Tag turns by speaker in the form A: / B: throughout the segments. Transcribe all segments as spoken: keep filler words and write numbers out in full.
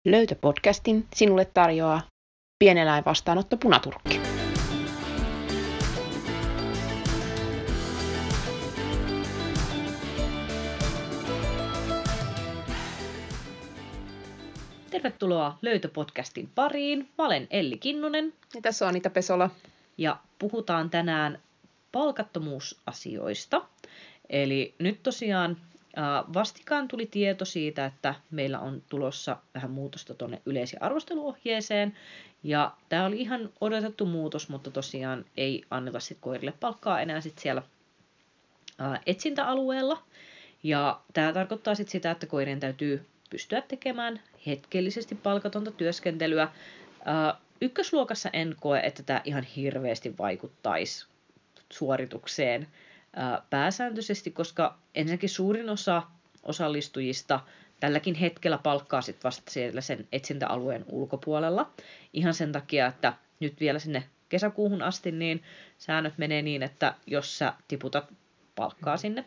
A: Löytöpodcastin sinulle tarjoaa Pieneläinvastaanotto Punaturkki.
B: Tervetuloa Löytöpodcastin pariin. Mä olen Elli Kinnunen.
A: Ja tässä on Anita Pesola.
B: Ja puhutaan tänään palkattomuusasioista. Eli nyt tosiaan vastikään tuli tieto siitä, että meillä on tulossa vähän muutosta tuonne yleis- ja arvosteluohjeeseen. Ja tämä oli ihan odotettu muutos, mutta tosiaan ei anneta sit koirille palkkaa enää sit siellä ää, etsintäalueella. Ja tämä tarkoittaa sit sitä, että koirien täytyy pystyä tekemään hetkellisesti palkatonta työskentelyä. Ää, ykkösluokassa en koe, että tämä ihan hirveästi vaikuttaisi suoritukseen ää, pääsääntöisesti, koska ensinnäkin suurin osa osallistujista tälläkin hetkellä palkkaa sit vasta siellä sen etsintäalueen ulkopuolella. Ihan sen takia, että nyt vielä sinne kesäkuuhun asti niin säännöt menee niin, että jos sä tiputat palkkaa sinne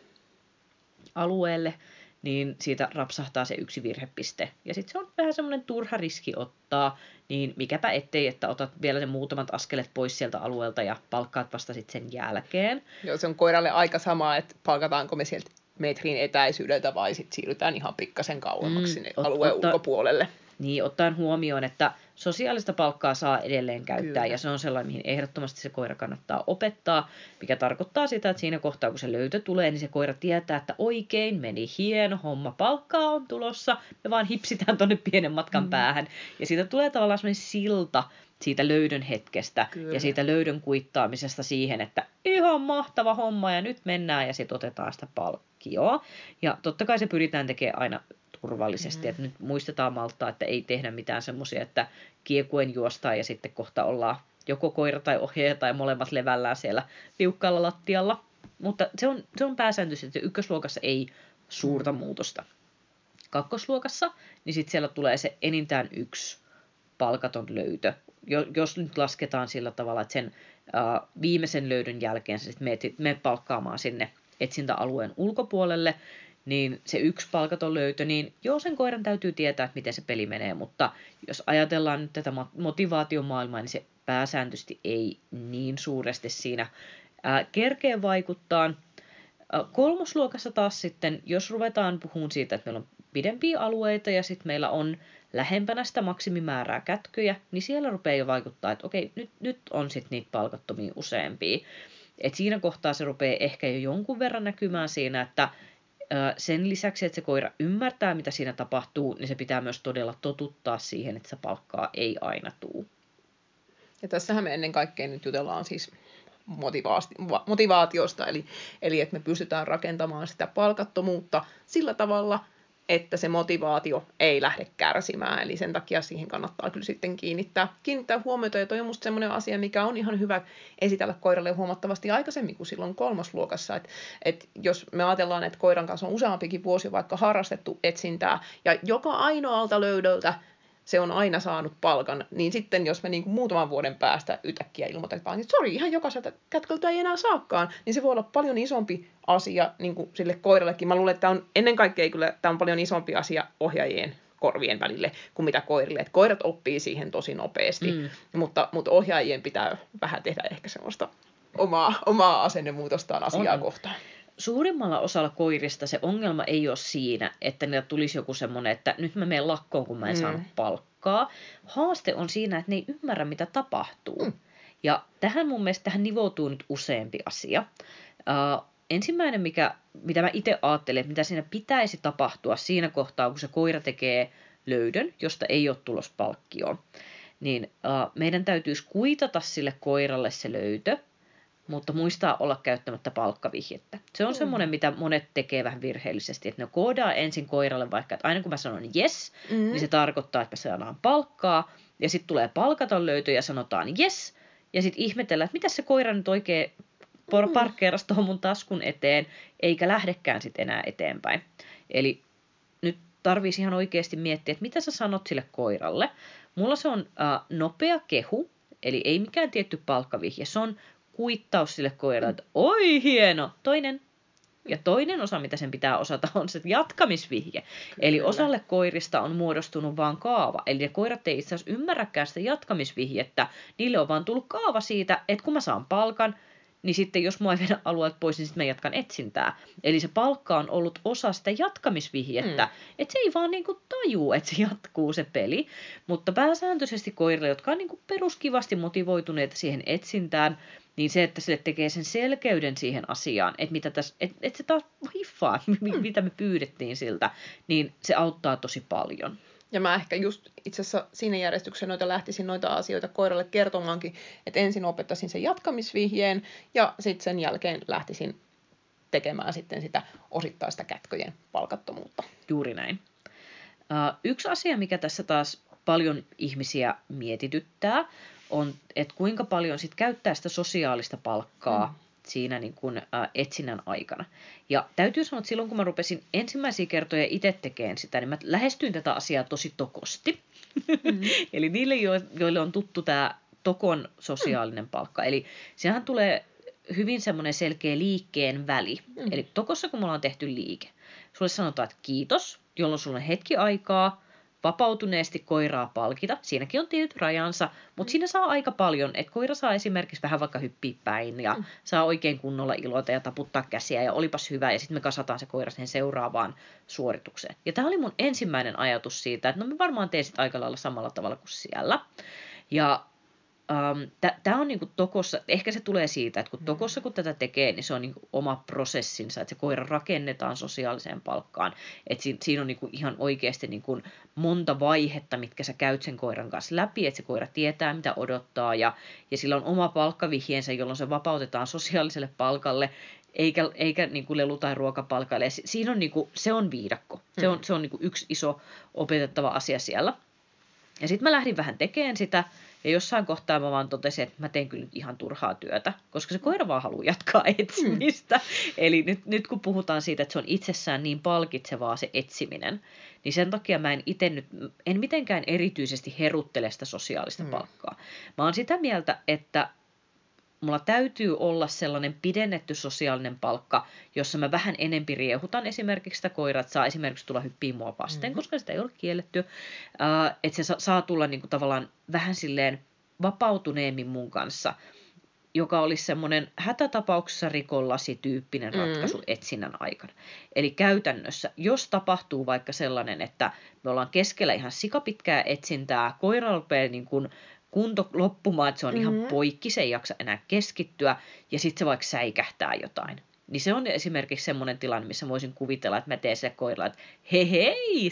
B: alueelle, niin siitä rapsahtaa se yksi virhepiste. Ja sitten se on vähän semmoinen turha riski ottaa, niin mikäpä ettei, että otat vielä ne muutamat askelet pois sieltä alueelta ja palkkaat vasta sitten sen jälkeen.
A: Joo, se on koiralle aika sama, että palkataanko me sieltä metrin etäisyydeltä vai sitten siirrytään ihan pikkasen kauemmaksi mm, sinne ot, alueen otta, ulkopuolelle.
B: Niin, ottaen huomioon, että sosiaalista palkkaa saa edelleen käyttää, Kyllä. ja se on sellainen, mihin ehdottomasti se koira kannattaa opettaa, mikä tarkoittaa sitä, että siinä kohtaa, kun se löytö tulee, niin se koira tietää, että oikein meni hieno homma, palkkaa on tulossa, me vaan hipsitään tuonne pienen matkan mm. päähän, ja siitä tulee tavallaan sellainen silta siitä löydön hetkestä, Kyllä. ja siitä löydön kuittaamisesta siihen, että ihan mahtava homma, ja nyt mennään, ja sitten otetaan sitä palkkioa, ja totta kai se pyritään tekemään aina turvallisesti, mm. että nyt muistetaan malttaa, että ei tehdä mitään semmoisia, että kiekuen juostaan ja sitten kohta ollaan joko koira tai ohjaaja tai molemmat levällään siellä liukkaalla lattialla. Mutta se on, se on pääsääntöisesti, että ykkösluokassa ei suurta muutosta. Kakkosluokassa, niin sitten siellä tulee se enintään yksi palkaton löytö. Jos nyt lasketaan sillä tavalla, että sen uh, viimeisen löydön jälkeen sä sitten meet, meet palkkaamaan sinne etsintäalueen ulkopuolelle, niin se yksi palkaton löytö, niin joo, sen koiran täytyy tietää, että miten se peli menee, mutta jos ajatellaan nyt tätä motivaatiomaailmaa, niin se pääsääntöisesti ei niin suuresti siinä ää, kerkeä vaikuttaa. Ää, kolmosluokassa taas sitten, jos ruvetaan puhumaan siitä, että meillä on pidempiä alueita ja sitten meillä on lähempänä sitä maksimimäärää kätköjä, niin siellä rupeaa jo vaikuttaa, että okei, nyt, nyt on sitten niitä palkattomia useampia. Et siinä kohtaa se rupeaa ehkä jo jonkun verran näkymään siinä, että sen lisäksi, että se koira ymmärtää, mitä siinä tapahtuu, niin se pitää myös todella totuttaa siihen, että se palkkaa ei aina tule.
A: Ja tässähän me ennen kaikkea nyt jutellaan siis motivaatiosta, eli, eli että me pystytään rakentamaan sitä palkattomuutta sillä tavalla, että se motivaatio ei lähde kärsimään. Eli sen takia siihen kannattaa kyllä sitten kiinnittää, kiinnittää huomiota. Ja toi on musta semmoinen asia, mikä on ihan hyvä esitellä koiralle huomattavasti aikaisemmin kuin silloin kolmosluokassa. Että et jos me ajatellaan, että koiran kanssa on useampikin vuosi vaikka harrastettu etsintää, ja joka ainoalta löydöltä se on aina saanut palkan, niin sitten jos me niin kuin muutaman vuoden päästä yhtäkkiä ilmoitetaan, että sori, ihan jokaiselta kätköltä ei enää saakaan, niin se voi olla paljon isompi asia niin kuin sille koirallekin. Mä luulen, että tämä on ennen kaikkea kyllä tämä on paljon isompi asia ohjaajien korvien välille kuin mitä koirille. Että koirat oppii siihen tosi nopeasti, mm. mutta, mutta ohjaajien pitää vähän tehdä ehkä semmoista omaa, omaa asennemuutostaan asiaa on. kohtaan.
B: Suurimmalla osalla koirista se ongelma ei ole siinä, että niillä tulisi joku semmoinen, että nyt mä menen lakkoon, kun mä en mm. saanut palkkaa. Haaste on siinä, että ne ei ymmärrä, mitä tapahtuu. Mm. Ja tähän mun mielestä tähän nivoutuu nyt useampi asia. Uh, ensimmäinen, mikä, mitä mä itse ajattelen, että mitä siinä pitäisi tapahtua siinä kohtaa, kun se koira tekee löydön, josta ei ole tulos palkkioon, niin uh, meidän täytyisi kuitata sille koiralle se löytö, mutta muistaa olla käyttämättä palkkavihjettä. Se on mm. semmoinen, mitä monet tekee vähän virheellisesti, että ne koodaa ensin koiralle vaikka, että aina kun mä sanon yes, mm. niin se tarkoittaa, että me saadaan palkkaa, ja sitten tulee palkaton löytö ja sanotaan yes, ja sitten ihmetellään, että mitä se koira nyt oikein mm. parkkeerasi tuohon mun taskun eteen, eikä lähdekään sitten enää eteenpäin. Eli nyt tarvitsisi ihan oikeasti miettiä, että mitä sä sanot sille koiralle. Mulla se on äh, nopea kehu, eli ei mikään tietty palkkavihje, se on kuittaus sille koiralle, että oi hieno. Toinen, Ja toinen osa, mitä sen pitää osata, on se jatkamisvihje. Kyllä. Eli osalle koirista on muodostunut vaan kaava. Eli ne koirat ei itse asiassa ymmärräkään sitä jatkamisvihjettä. Niille on vaan tullut kaava siitä, että kun mä saan palkan, niin sitten jos mua ei vedä alueelta pois, niin sitten mä jatkan etsintää. Eli se palkka on ollut osa sitä jatkamisvihjettä. Mm. Että se ei vaan niinku tajuu, että se jatkuu se peli. Mutta pääsääntöisesti koirille, jotka on niinku peruskivasti motivoituneita siihen etsintään, niin se, että sille tekee sen selkeyden siihen asiaan, että mitä tässä, että, että se taas hiffaa, mm. mitä me pyydettiin siltä, niin se auttaa tosi paljon.
A: Ja mä ehkä just itse asiassa siinä järjestyksessä noita lähtisin noita asioita koiralle kertomaankin, että ensin opettaisin sen jatkamisvihjeen ja sitten sen jälkeen lähtisin tekemään sitten sitä osittaista kätköjen palkattomuutta.
B: Juuri näin. Uh, yksi asia, mikä tässä taas paljon ihmisiä mietityttää, on, että kuinka paljon sit käyttää sitä sosiaalista palkkaa mm. siinä niin kun, ä, etsinnän aikana. Ja täytyy sanoa, että silloin kun mä rupesin ensimmäisiä kertoja itse tekemään sitä, niin mä lähestyin tätä asiaa tosi tokosti. Mm. Eli niille, joille on tuttu tämä tokon sosiaalinen mm. palkka. Eli sehän tulee hyvin semmoinen selkeä liikkeen väli. Mm. Eli tokossa, kun me ollaan tehty liike, sulle sanotaan, että kiitos, jolloin sulla on hetki aikaa vapautuneesti koiraa palkita. Siinäkin on tietyt rajansa, mutta mm. siinä saa aika paljon, että koira saa esimerkiksi vähän vaikka hyppiä päin ja mm. saa oikein kunnolla ilota ja taputtaa käsiä ja olipas hyvä ja sitten me kasataan se koira siihen seuraavaan suoritukseen. Ja tämä oli mun ensimmäinen ajatus siitä, että no me varmaan teen sit aika lailla samalla tavalla kuin siellä. Ja Um, Tämä on niinku tokossa, ehkä se tulee siitä, että kun tokossa kun tätä tekee, niin se on niinku oma prosessinsa, että se koira rakennetaan sosiaaliseen palkkaan. Että si, siinä on niinku ihan oikeasti niinku monta vaihetta, mitkä sä käyt sen koiran kanssa läpi, että se koira tietää, mitä odottaa, ja, ja sillä on oma palkkavihjeensä, jolloin se vapautetaan sosiaaliselle palkalle, eikä, eikä niinku lelu- tai ruokapalkalle. Ja siinä on niinku, se on viidakko. Se on, se on niinku yksi iso opetettava asia siellä. Ja sitten mä lähdin vähän tekemään sitä, ja jossain kohtaa mä vaan totesin, että mä teen kyllä nyt ihan turhaa työtä, koska se koira vaan haluaa jatkaa etsimistä. Mm. Eli nyt, nyt kun puhutaan siitä, että se on itsessään niin palkitsevaa se etsiminen, niin sen takia mä en itse nyt, en mitenkään erityisesti heruttele sitä sosiaalista mm. palkkaa. Mä oon sitä mieltä, että mulla täytyy olla sellainen pidennetty sosiaalinen palkka, jossa mä vähän enempi riehutan esimerkiksi sitä koiraa, että saa esimerkiksi tulla hyppiä mua vasten, mm-hmm. koska sitä ei ole kielletty. Uh, että se saa tulla niinku tavallaan vähän silleen vapautuneemmin mun kanssa, joka olisi semmoinen hätätapauksessa rikollasi-tyyppinen ratkaisu mm-hmm. etsinnän aikana. Eli käytännössä, jos tapahtuu vaikka sellainen, että me ollaan keskellä ihan sikapitkää etsintää, koira rupeaa niin kuin kunto loppumaan, että se on mm-hmm. ihan poikki, se ei jaksa enää keskittyä, ja sitten se vaikka säikähtää jotain. Niin se on esimerkiksi semmoinen tilanne, missä voisin kuvitella, että mä teen sille koiralle, että hei hei,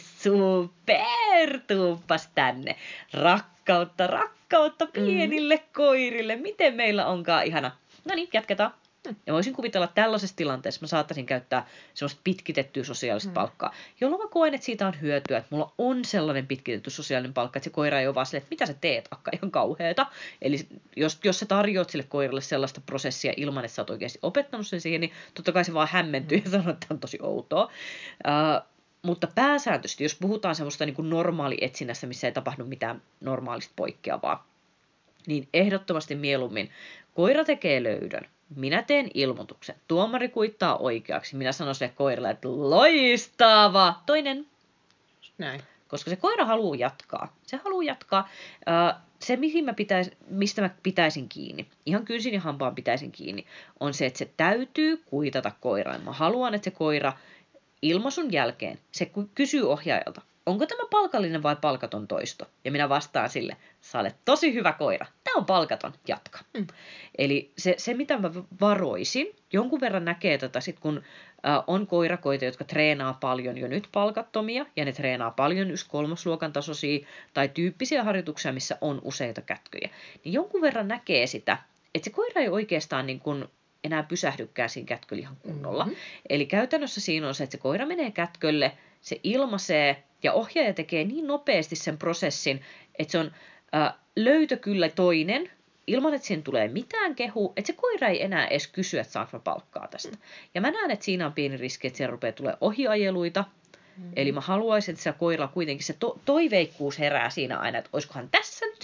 B: super, tuuppas tänne. Rakkautta, rakkautta pienille mm-hmm. koirille. Miten meillä onkaan ihana. No niin, jatketaan. Ja voisin kuvitella, että tällaisessa tilanteessa mä saattaisin käyttää sellaista pitkitettyä sosiaalista mm. palkkaa, jolloin mä koen, että siitä on hyötyä, että mulla on sellainen pitkitetty sosiaalinen palkka, että se koira ei ole vaan silleen, että mitä sä teet, akka, ihan kauheeta. Eli jos, jos sä tarjoat sille koiralle sellaista prosessia ilman, että sä oot oikeasti opettanut sen siihen, niin totta kai se vaan hämmentyy mm. ja sanoo, että on tosi outoa. Uh, mutta pääsääntöisesti, jos puhutaan semmoista niin kuin normaali etsinnässä, missä ei tapahdu mitään normaalista poikkeavaa, niin ehdottomasti mieluummin koira tekee löydön. Minä teen ilmoituksen. Tuomari kuittaa oikeaksi. Minä sanon sille koiralle, että loistava. Toinen.
A: Näin.
B: Koska se koira haluaa jatkaa. Se haluaa jatkaa. Se, mihin mä pitäis, mistä mä pitäisin kiinni, ihan kynsin ja hampaan pitäisin kiinni, on se, että se täytyy kuitata koiraan. Mä haluan, että se koira ilmaisun jälkeen, se kysyy ohjaajalta, onko tämä palkallinen vai palkaton toisto? Ja minä vastaan sille, sä olet tosi hyvä koira. Tämä on palkaton, jatka. Mm. Eli se, se, mitä mä varoisin, jonkun verran näkee tätä, sit kun äh, on koirakoita, jotka treenaa paljon jo nyt palkattomia, ja ne treenaa paljon just kolmosluokan tasoisia tai tyyppisiä harjoituksia, missä on useita kätköjä. Niin jonkun verran näkee sitä, että se koira ei oikeastaan niin kuin enää pysähdykään siinä kätköllä ihan kunnolla. Mm-hmm. Eli käytännössä siinä on se, että se koira menee kätkölle, se ilmaisee, ja ohjaaja tekee niin nopeasti sen prosessin, että se on ä, löytö kyllä toinen, ilman että siinä tulee mitään kehua, että se koira ei enää edes kysy, että saanko mä palkkaa tästä. Ja mä näen, että siinä on pieni riski, että siellä rupeaa tulemaan ohiajeluita. Mm-hmm. Eli mä haluaisin, että se koiralla kuitenkin se to- toiveikkuus herää siinä aina, että olisikohan tässä nyt se kohta, kun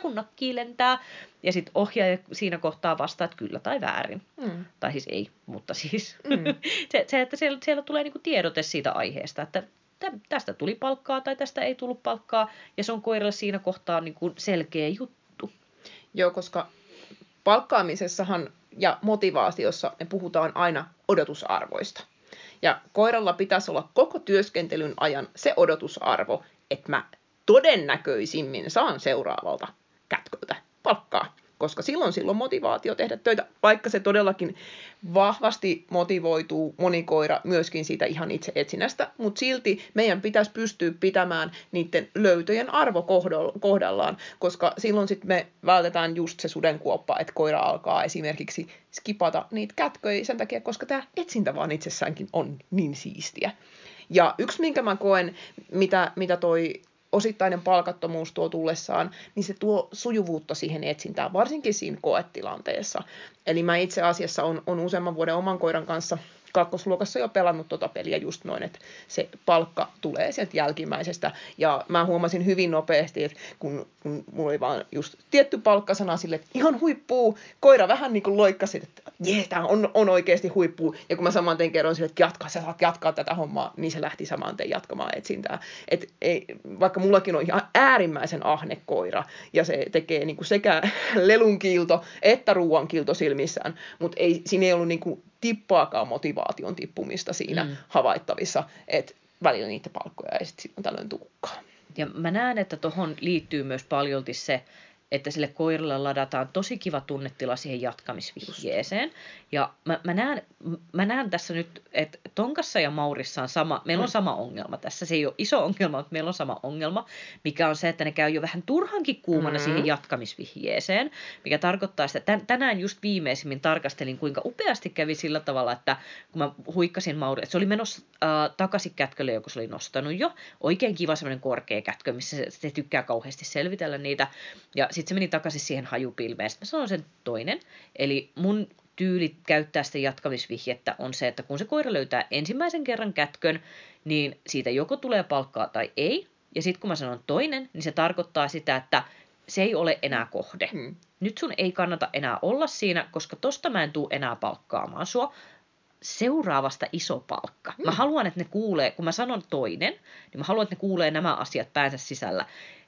B: kun nakkii lentää. Ja sitten ohjaaja siinä kohtaa vastaa, että kyllä tai väärin. Mm. Tai siis ei, mutta siis mm. se, se, että siellä, siellä tulee niinku tiedote siitä aiheesta, että tästä tuli palkkaa tai tästä ei tullut palkkaa. Ja se on koiralle siinä kohtaa niinku selkeä juttu.
A: Joo, koska palkkaamisessahan ja motivaatiossa me puhutaan aina odotusarvoista. Ja koiralla pitäisi olla koko työskentelyn ajan se odotusarvo, että mä todennäköisimmin saan seuraavalta kätköltä palkkaa. Koska silloin silloin motivaatio tehdä töitä, vaikka se todellakin vahvasti motivoituu moni koira myöskin siitä ihan itse etsinnästä, mutta silti meidän pitäisi pystyä pitämään niiden löytöjen arvo kohdallaan, koska silloin sitten me vältetään just se sudenkuoppa, että koira alkaa esimerkiksi skipata niitä kätköjä sen takia, koska tämä etsintä vaan itsessäänkin on niin siistiä. Ja yksi, minkä mä koen, mitä, mitä toi osittainen palkattomuus tuo tullessaan, niin se tuo sujuvuutta siihen etsintään, varsinkin siinä koetilanteessa. Eli mä itse asiassa on, on useamman vuoden oman koiran kanssa kakkosluokassa jo pelannut tota peliä just noin, että se palkka tulee sieltä jälkimmäisestä. Ja mä huomasin hyvin nopeasti, että kun, kun mulla oli vaan just tietty palkkasana sille, että ihan huippuu, koira vähän niin kuin loikkasi, että jee, tää on, on oikeasti huippuu. Ja kun mä saman tein kerron sille, että jatkaa, sä saat jatkaa tätä hommaa, niin se lähti saman tein jatkamaan etsintää. Et ei, vaikka mullakin on ihan äärimmäisen ahne koira, ja se tekee niin kuin sekä lelunkiilto että ruuankiilto silmissään, mutta ei, siinä ei ollut niin kuin tippaakaan motivaation tippumista siinä mm. havaittavissa, että välillä niitä palkkoja ei sitten silloin tällöin tulekaan.
B: Ja mä näen, että tuohon liittyy myös paljolti se, että sille koiralle ladataan tosi kiva tunnetila siihen jatkamisvihjeeseen. Ja mä, mä, näen, mä näen tässä nyt, että Tonkassa ja Maurissa on sama, meillä on sama ongelma tässä. Se ei ole iso ongelma, mutta meillä on sama ongelma, mikä on se, että ne käy jo vähän turhankin kuumana mm-hmm. siihen jatkamisvihjeeseen, mikä tarkoittaa sitä, että tänään just viimeisimmin tarkastelin, kuinka upeasti kävi sillä tavalla, että kun mä huikkasin Mauri, että se oli menossa äh, takaisin kätkölle, joku se oli nostanut jo. Oikein kiva semmoinen korkea kätkö, missä se, se tykkää kauheasti selvitellä niitä. Ja sitten se meni takaisin siihen hajupilmeen. Sitten mä sanon sen toinen. Eli mun tyyli käyttää sitä jatkamisvihjettä on se, että kun se koira löytää ensimmäisen kerran kätkön, niin siitä joko tulee palkkaa tai ei. Ja sitten kun mä sanon toinen, niin se tarkoittaa sitä, että se ei ole enää kohde. Hmm. Nyt sun ei kannata enää olla siinä, koska tosta mä en tule enää palkkaamaan sua. Seuraavasta iso palkka. Hmm. Mä haluan, että ne kuulee, kun mä sanon toinen, niin mä haluan, että ne kuulee nämä asiat päänsä sisällä.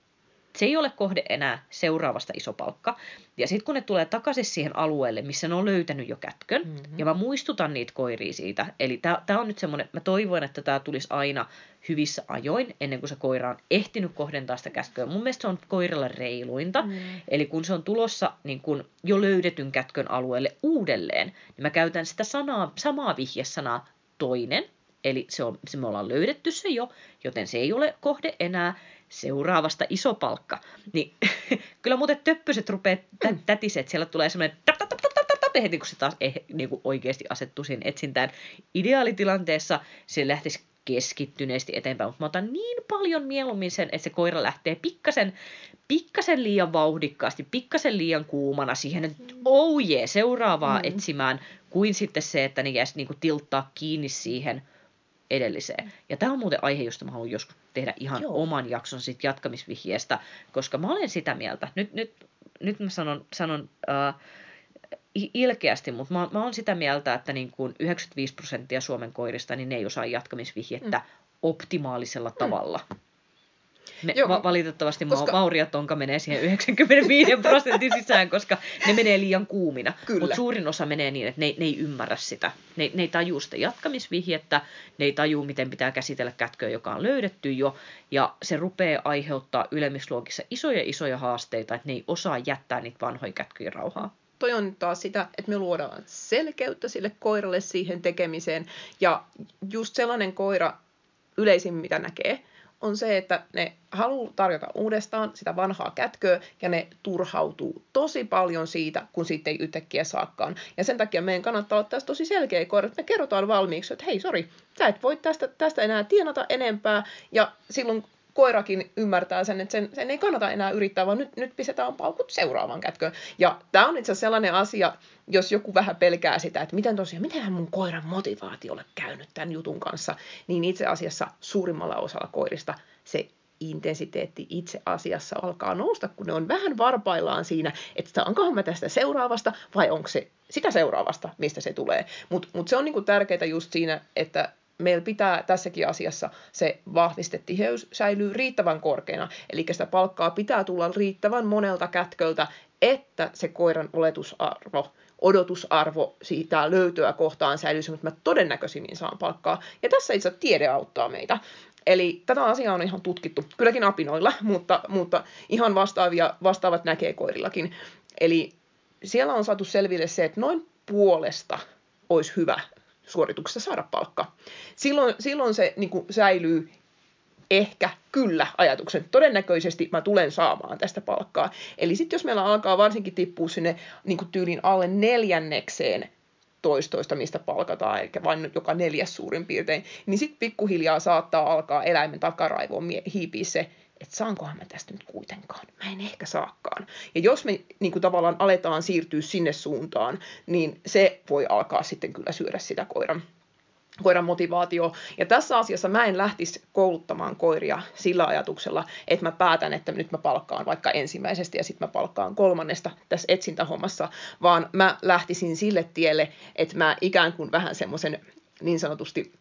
B: Se ei ole kohde enää seuraavasta iso palkka. Ja sitten kun ne tulee takaisin siihen alueelle, missä ne on löytänyt jo kätkön, mm-hmm. ja mä muistutan niitä koiria siitä. Eli tämä on nyt semmoinen, mä toivon, että tämä tulisi aina hyvissä ajoin, ennen kuin se koira on ehtinyt kohdentaa sitä kätköä. Mun mielestä se on koiralle reiluinta. Mm. Eli kun se on tulossa niin kun jo löydetyn kätkön alueelle uudelleen, niin mä käytän sitä sanaa, samaa vihjesanaa toinen. Eli se on, se me ollaan löydetty se jo, joten se ei ole kohde enää seuraavasta iso palkka. Niin kyllä muuten töppöset rupeaa tä- tätiset, siellä tulee semmoinen tap, tap, tap, tap, tap, tap, heti kun se taas eh, niin kuin oikeasti asettuu siihen etsintään. Ideaalitilanteessa se lähtisi keskittyneesti eteenpäin, mutta mä otan niin paljon mieluummin sen, että se koira lähtee pikkasen, pikkasen liian vauhdikkaasti, pikkasen liian kuumana siihen, että oh yeah, seuraavaa mm. etsimään, kuin sitten se, että ne jäisi niin kuin tilttaa kiinni siihen edelliseen. Ja tämä on muuten aihe, josta mä haluan joskus tehdä ihan Joo. oman jakson sit jatkamisvihjeestä, koska mä olen sitä mieltä. Nyt, nyt, nyt mä sanon, sanon äh, ilkeästi, mutta mä, mä olen sitä mieltä, että niin kuin yhdeksänkymmentäviisi prosenttia Suomen koirista, niin ne ei osaa jatkamisvihjettä mm. optimaalisella mm. tavalla. Me, va- valitettavasti koska... Mauri ja Tonka menee siihen yhdeksänkymmentäviisi prosentin sisään, koska ne menee liian kuumina. Mutta suurin osa menee niin, että ne, ne ei ymmärrä sitä. Ne, ne ei tajuu sitä jatkamisvihjettä, ne ei tajuu, miten pitää käsitellä kätköä, joka on löydetty jo. Ja se rupeaa aiheuttaa ylemmisluokissa isoja isoja haasteita, että ne ei osaa jättää niitä vanhoja kätköjä rauhaa.
A: Toi on taas sitä, että me luodaan selkeyttä sille koiralle siihen tekemiseen. Ja just sellainen koira yleisin, mitä näkee, on se, että ne haluaa tarjota uudestaan sitä vanhaa kätköä ja ne turhautuu tosi paljon siitä, kun siitä ei yhtäkkiä saakaan. Ja sen takia meidän kannattaa olla tässä tosi selkeä koira, että me kerrotaan valmiiksi, että hei, sori, sä et voi tästä, tästä enää tienata enempää ja silloin koirakin ymmärtää sen, että sen, sen ei kannata enää yrittää, vaan nyt, nyt pistetään paukut seuraavaan kätköön. Ja tämä on itse asiassa sellainen asia, jos joku vähän pelkää sitä, että miten tosiaan, mitenhän mun koiran motivaatio ole käynyt tämän jutun kanssa, niin itse asiassa suurimmalla osalla koirista se intensiteetti itse asiassa alkaa nousta, kun ne on vähän varpaillaan siinä, että saankohan mä tästä seuraavasta vai onko se sitä seuraavasta, mistä se tulee. Mutta mut se on niinku tärkeää just siinä, että meillä pitää tässäkin asiassa se vahvistetiheys säilyy riittävän korkeana, eli sitä palkkaa pitää tulla riittävän monelta kätköltä, että se koiran oletusarvo, odotusarvo siitä löytöä kohtaan säilyy se, että mä todennäköisimmin saan palkkaa. Ja tässä itse asiassa tiede auttaa meitä. Eli tätä asiaa on ihan tutkittu, kylläkin apinoilla, mutta, mutta ihan vastaavia, vastaavat näkee koirillakin. Eli siellä on saatu selville se, että noin puolesta olisi hyvä suorituksessa saada palkka. Silloin, silloin se niin kuin säilyy ehkä kyllä ajatuksen. Todennäköisesti mä tulen saamaan tästä palkkaa. Eli sitten jos meillä alkaa varsinkin tippua sinne niin kuin tyylin alle neljännekseen toistoista, mistä palkataan, eli vain joka neljäs suurin piirtein, niin sitten pikkuhiljaa saattaa alkaa eläimen takaraivoon hiipiä se, että saankohan mä tästä nyt kuitenkaan. Mä en ehkä saakaan. Ja jos me niin kuin tavallaan aletaan siirtyä sinne suuntaan, niin se voi alkaa sitten kyllä syödä sitä koiran, koiran motivaatio. Ja tässä asiassa mä en lähtisi kouluttamaan koiria sillä ajatuksella, että mä päätän, että nyt mä palkkaan vaikka ensimmäisestä ja sitten mä palkkaan kolmannesta tässä etsintähommassa, vaan mä lähtisin sille tielle, että mä ikään kuin vähän semmoisen niin sanotusti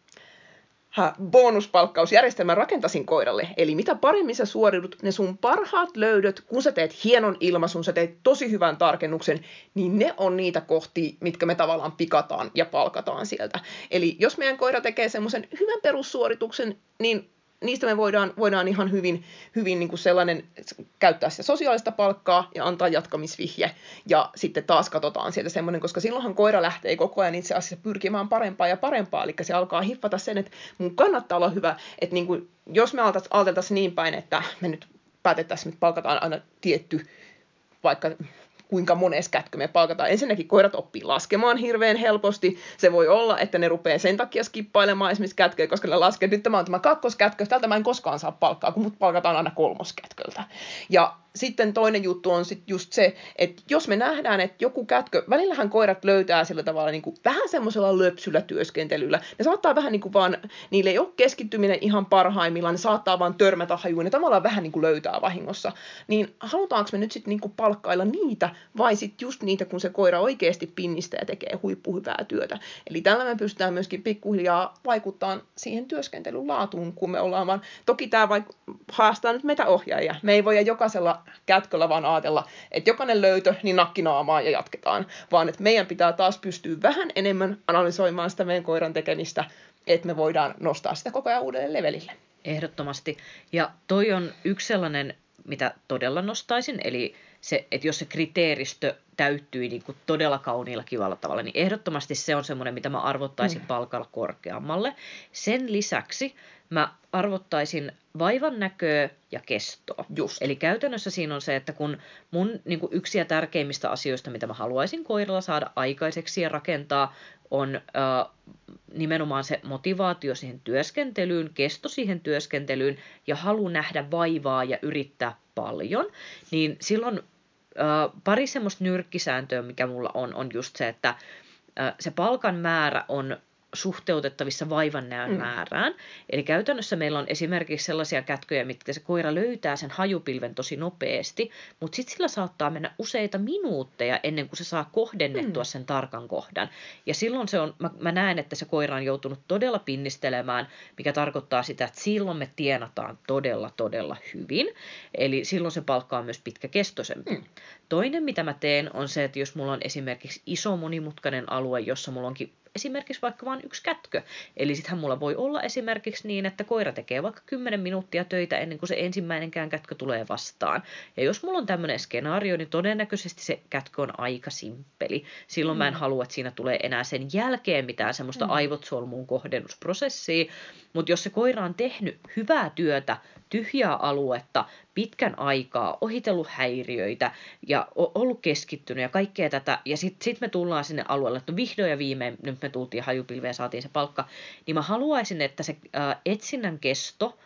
A: bonuspalkkausjärjestelmän rakentasin koiralle. Eli mitä paremmin sä suoriudut, ne sun parhaat löydöt, kun sä teet hienon ilmaisun, sä teet tosi hyvän tarkennuksen, niin ne on niitä kohtia, mitkä me tavallaan pikataan ja palkataan sieltä. Eli jos meidän koira tekee semmoisen hyvän perussuorituksen, niin niistä me voidaan, voidaan ihan hyvin, hyvin niin kuin sellainen käyttää sitä sosiaalista palkkaa ja antaa jatkamisvihje. Ja sitten taas katsotaan sieltä semmoinen, koska silloinhan koira lähtee koko ajan itse asiassa pyrkimään parempaa ja parempaa. Eli se alkaa hiffata sen, että mun kannattaa olla hyvä. Että niin kuin, jos me aloitettaisiin niin päin, että me nyt päätettäisiin, että palkataan aina tietty, vaikka kuinka monessa kätkö me palkataan. Ensinnäkin koirat oppii laskemaan hirveän helposti. Se voi olla, että ne rupeaa sen takia skippailemaan esimerkiksi kätköjä, koska ne laskee, että nyt tämä on tämä kakkoskätkö, tältä mä en koskaan saa palkkaa, kun mut palkataan aina kolmoskätköltä. Ja sitten toinen juttu on sitten just se, että jos me nähdään, että joku kätkö, välillähän koirat löytää sillä tavalla niin kuin vähän semmoisella löpsyllä työskentelyllä. Ne saattaa vähän niin kuin vaan, niille ei ole keskittyminen ihan parhaimmillaan, ne saattaa vaan törmätä hajuun, ne tavallaan vähän niin kuin löytää vahingossa. Niin halutaanko me nyt sitten niin kuin palkkailla niitä, vai sitten just niitä, kun se koira oikeasti pinnistää ja tekee huippuhyvää työtä. Eli tällä me pystytään myöskin pikkuhiljaa vaikuttamaan siihen työskentelyn laatuun, kun me ollaan vaan, toki tämä vaik- haastaa nyt meitä ohjaajia. Me ei voida jokaisella kätköllä vaan ajatella, että jokainen löytö, niin nakkinaamaan ja jatketaan, vaan että meidän pitää taas pystyä vähän enemmän analysoimaan sitä meidän koiran tekemistä, että me voidaan nostaa sitä koko ajan uudelle levelille.
B: Ehdottomasti. Ja toi on yksi sellainen, mitä todella nostaisin, eli se, että jos se kriteeristö täyttyy niin kuin todella kauniilla kivalla tavalla, niin ehdottomasti se on semmoinen, mitä mä arvottaisin mm. palkalla korkeammalle. Sen lisäksi mä arvottaisin vaivan näköä ja kestoa.
A: Just.
B: Eli käytännössä siinä on se, että kun mun niin kuin yksi ja tärkeimmistä asioista, mitä mä haluaisin koiralla saada aikaiseksi ja rakentaa, on äh, nimenomaan se motivaatio siihen työskentelyyn, kesto siihen työskentelyyn ja halu nähdä vaivaa ja yrittää paljon, niin silloin äh, pari semmoista nyrkkisääntöä, mikä mulla on, on just se, että äh, se palkan määrä on suhteutettavissa vaivannäön mm. määrään. Eli käytännössä meillä on esimerkiksi sellaisia kätköjä, mitkä se koira löytää sen hajupilven tosi nopeasti, mutta sitten sillä saattaa mennä useita minuutteja ennen kuin se saa kohdennettua mm. sen tarkan kohdan. Ja silloin se on, mä, mä näen, että se koira on joutunut todella pinnistelemään, mikä tarkoittaa sitä, että silloin me tienataan todella, todella hyvin. Eli silloin se palkka on myös pitkäkestoisempi. Mm. Toinen, mitä mä teen, on se, että jos mulla on esimerkiksi iso monimutkainen alue, jossa mulla onkin esimerkiksi vaikka vain yksi kätkö. Eli sittenhän mulla voi olla esimerkiksi niin, että koira tekee vaikka kymmenen minuuttia töitä ennen kuin se ensimmäinenkään kätkö tulee vastaan. Ja jos mulla on tämmöinen skenaario, niin todennäköisesti se kätkö on aika simppeli. Silloin mm. mä en halua, että siinä tulee enää sen jälkeen mitään semmoista mm. aivot solmuun kohdennusprosessia. Mutta jos se koira on tehnyt hyvää työtä, tyhjää aluetta, pitkän aikaa, ohitellut häiriöitä ja ollut keskittynyt ja kaikkea tätä, ja sitten sit me tullaan sinne alueelle, että no vihdoin ja viimein nyt me tultiin hajupilveen ja saatiin se palkka, niin mä haluaisin, että se ää, etsinnän kesto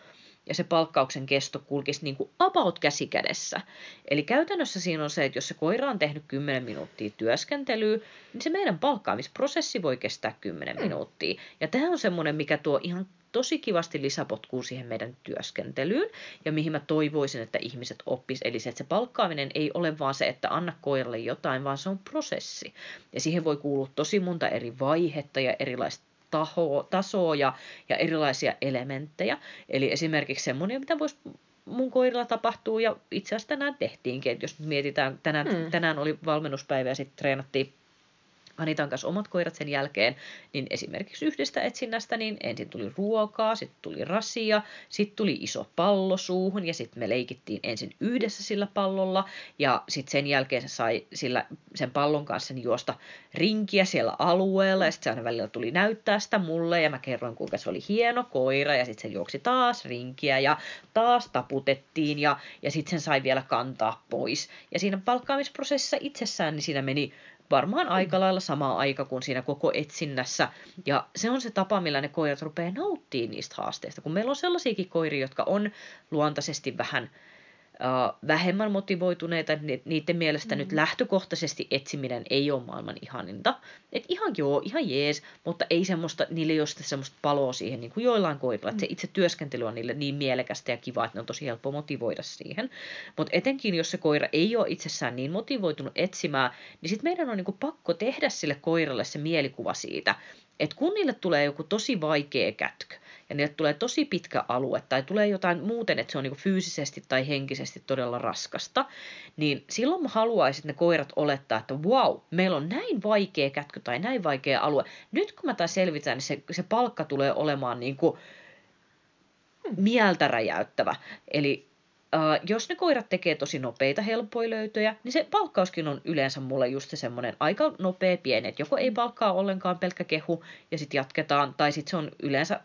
B: ja se palkkauksen kesto kulkisi niin kuin about käsi kädessä. Eli käytännössä siinä on se, että jos se koira on tehnyt kymmenen minuuttia työskentelyä, niin se meidän palkkaamisprosessi voi kestää kymmenen
A: Mm.
B: minuuttia. Ja tämä on semmoinen, mikä tuo ihan tosi kivasti lisäpotkuu siihen meidän työskentelyyn ja mihin mä toivoisin, että ihmiset oppis. Eli se, että se palkkaaminen ei ole vaan se, että anna koiralle jotain, vaan se on prosessi. Ja siihen voi kuulua tosi monta eri vaihetta ja erilaista taho, tasoa ja, ja erilaisia elementtejä. Eli esimerkiksi semmoinen, mitä voisi mun koirilla tapahtuu ja itse asiassa tänään tehtiinkin. Että jos mietitään, tänään, hmm. tänään oli valmennuspäivä ja sitten treenattiin Anitan kanssa omat koirat sen jälkeen, niin esimerkiksi yhdestä etsinnästä, niin ensin tuli ruokaa, sitten tuli rasia, sitten tuli iso pallo suuhun ja sitten me leikittiin ensin yhdessä sillä pallolla ja sitten sen jälkeen se sai sillä, sen pallon kanssa juosta rinkiä siellä alueella ja sitten se aina välillä tuli näyttää sitä mulle ja mä kerroin kuinka se oli hieno koira ja sitten se juoksi taas rinkiä ja taas taputettiin ja, ja sitten sen sai vielä kantaa pois. Ja siinä palkkaamisprosessissa itsessään niin siinä meni varmaan aika lailla sama aika kuin siinä koko etsinnässä. Ja se on se tapa, millä ne koirat rupeaa nauttimaan niistä haasteista. Kun meillä on sellaisiakin koiria, jotka on luontaisesti vähän uh, vähemmän motivoituneita, että niiden mielestä mm. nyt lähtökohtaisesti etsiminen ei ole maailman ihaninta. Että ihan joo, ihan jees, mutta ei semmoista, niille ei ole sitä semmoista paloa siihen niin kuin joillain koirilla. Mm. Että se itse työskentely on niille niin mielekästä ja kivaa, että ne on tosi helppo motivoida siihen. Mutta etenkin, jos se koira ei ole itsessään niin motivoitunut etsimään, niin sitten meidän on niin kuin pakko tehdä sille koiralle se mielikuva siitä, että kun niille tulee joku tosi vaikea kätkö, ja niille tulee tosi pitkä alue, tai tulee jotain muuten, että se on niin kuin fyysisesti tai henkisesti todella raskasta, niin silloin mä haluaisin, että ne koirat olettaa, että wow, meillä on näin vaikea kätkö tai näin vaikea alue. Nyt kun mä taas selvitän, niin se, se palkka tulee olemaan niin kuin mieltä räjäyttävä. Eli Uh, jos ne koirat tekee tosi nopeita, helppoja löytöjä, niin se palkkauskin on yleensä mulle just se semmoinen aika nopea pieni, että joko ei palkkaa ollenkaan pelkkä kehu ja sitten jatketaan, tai sitten se on yleensä,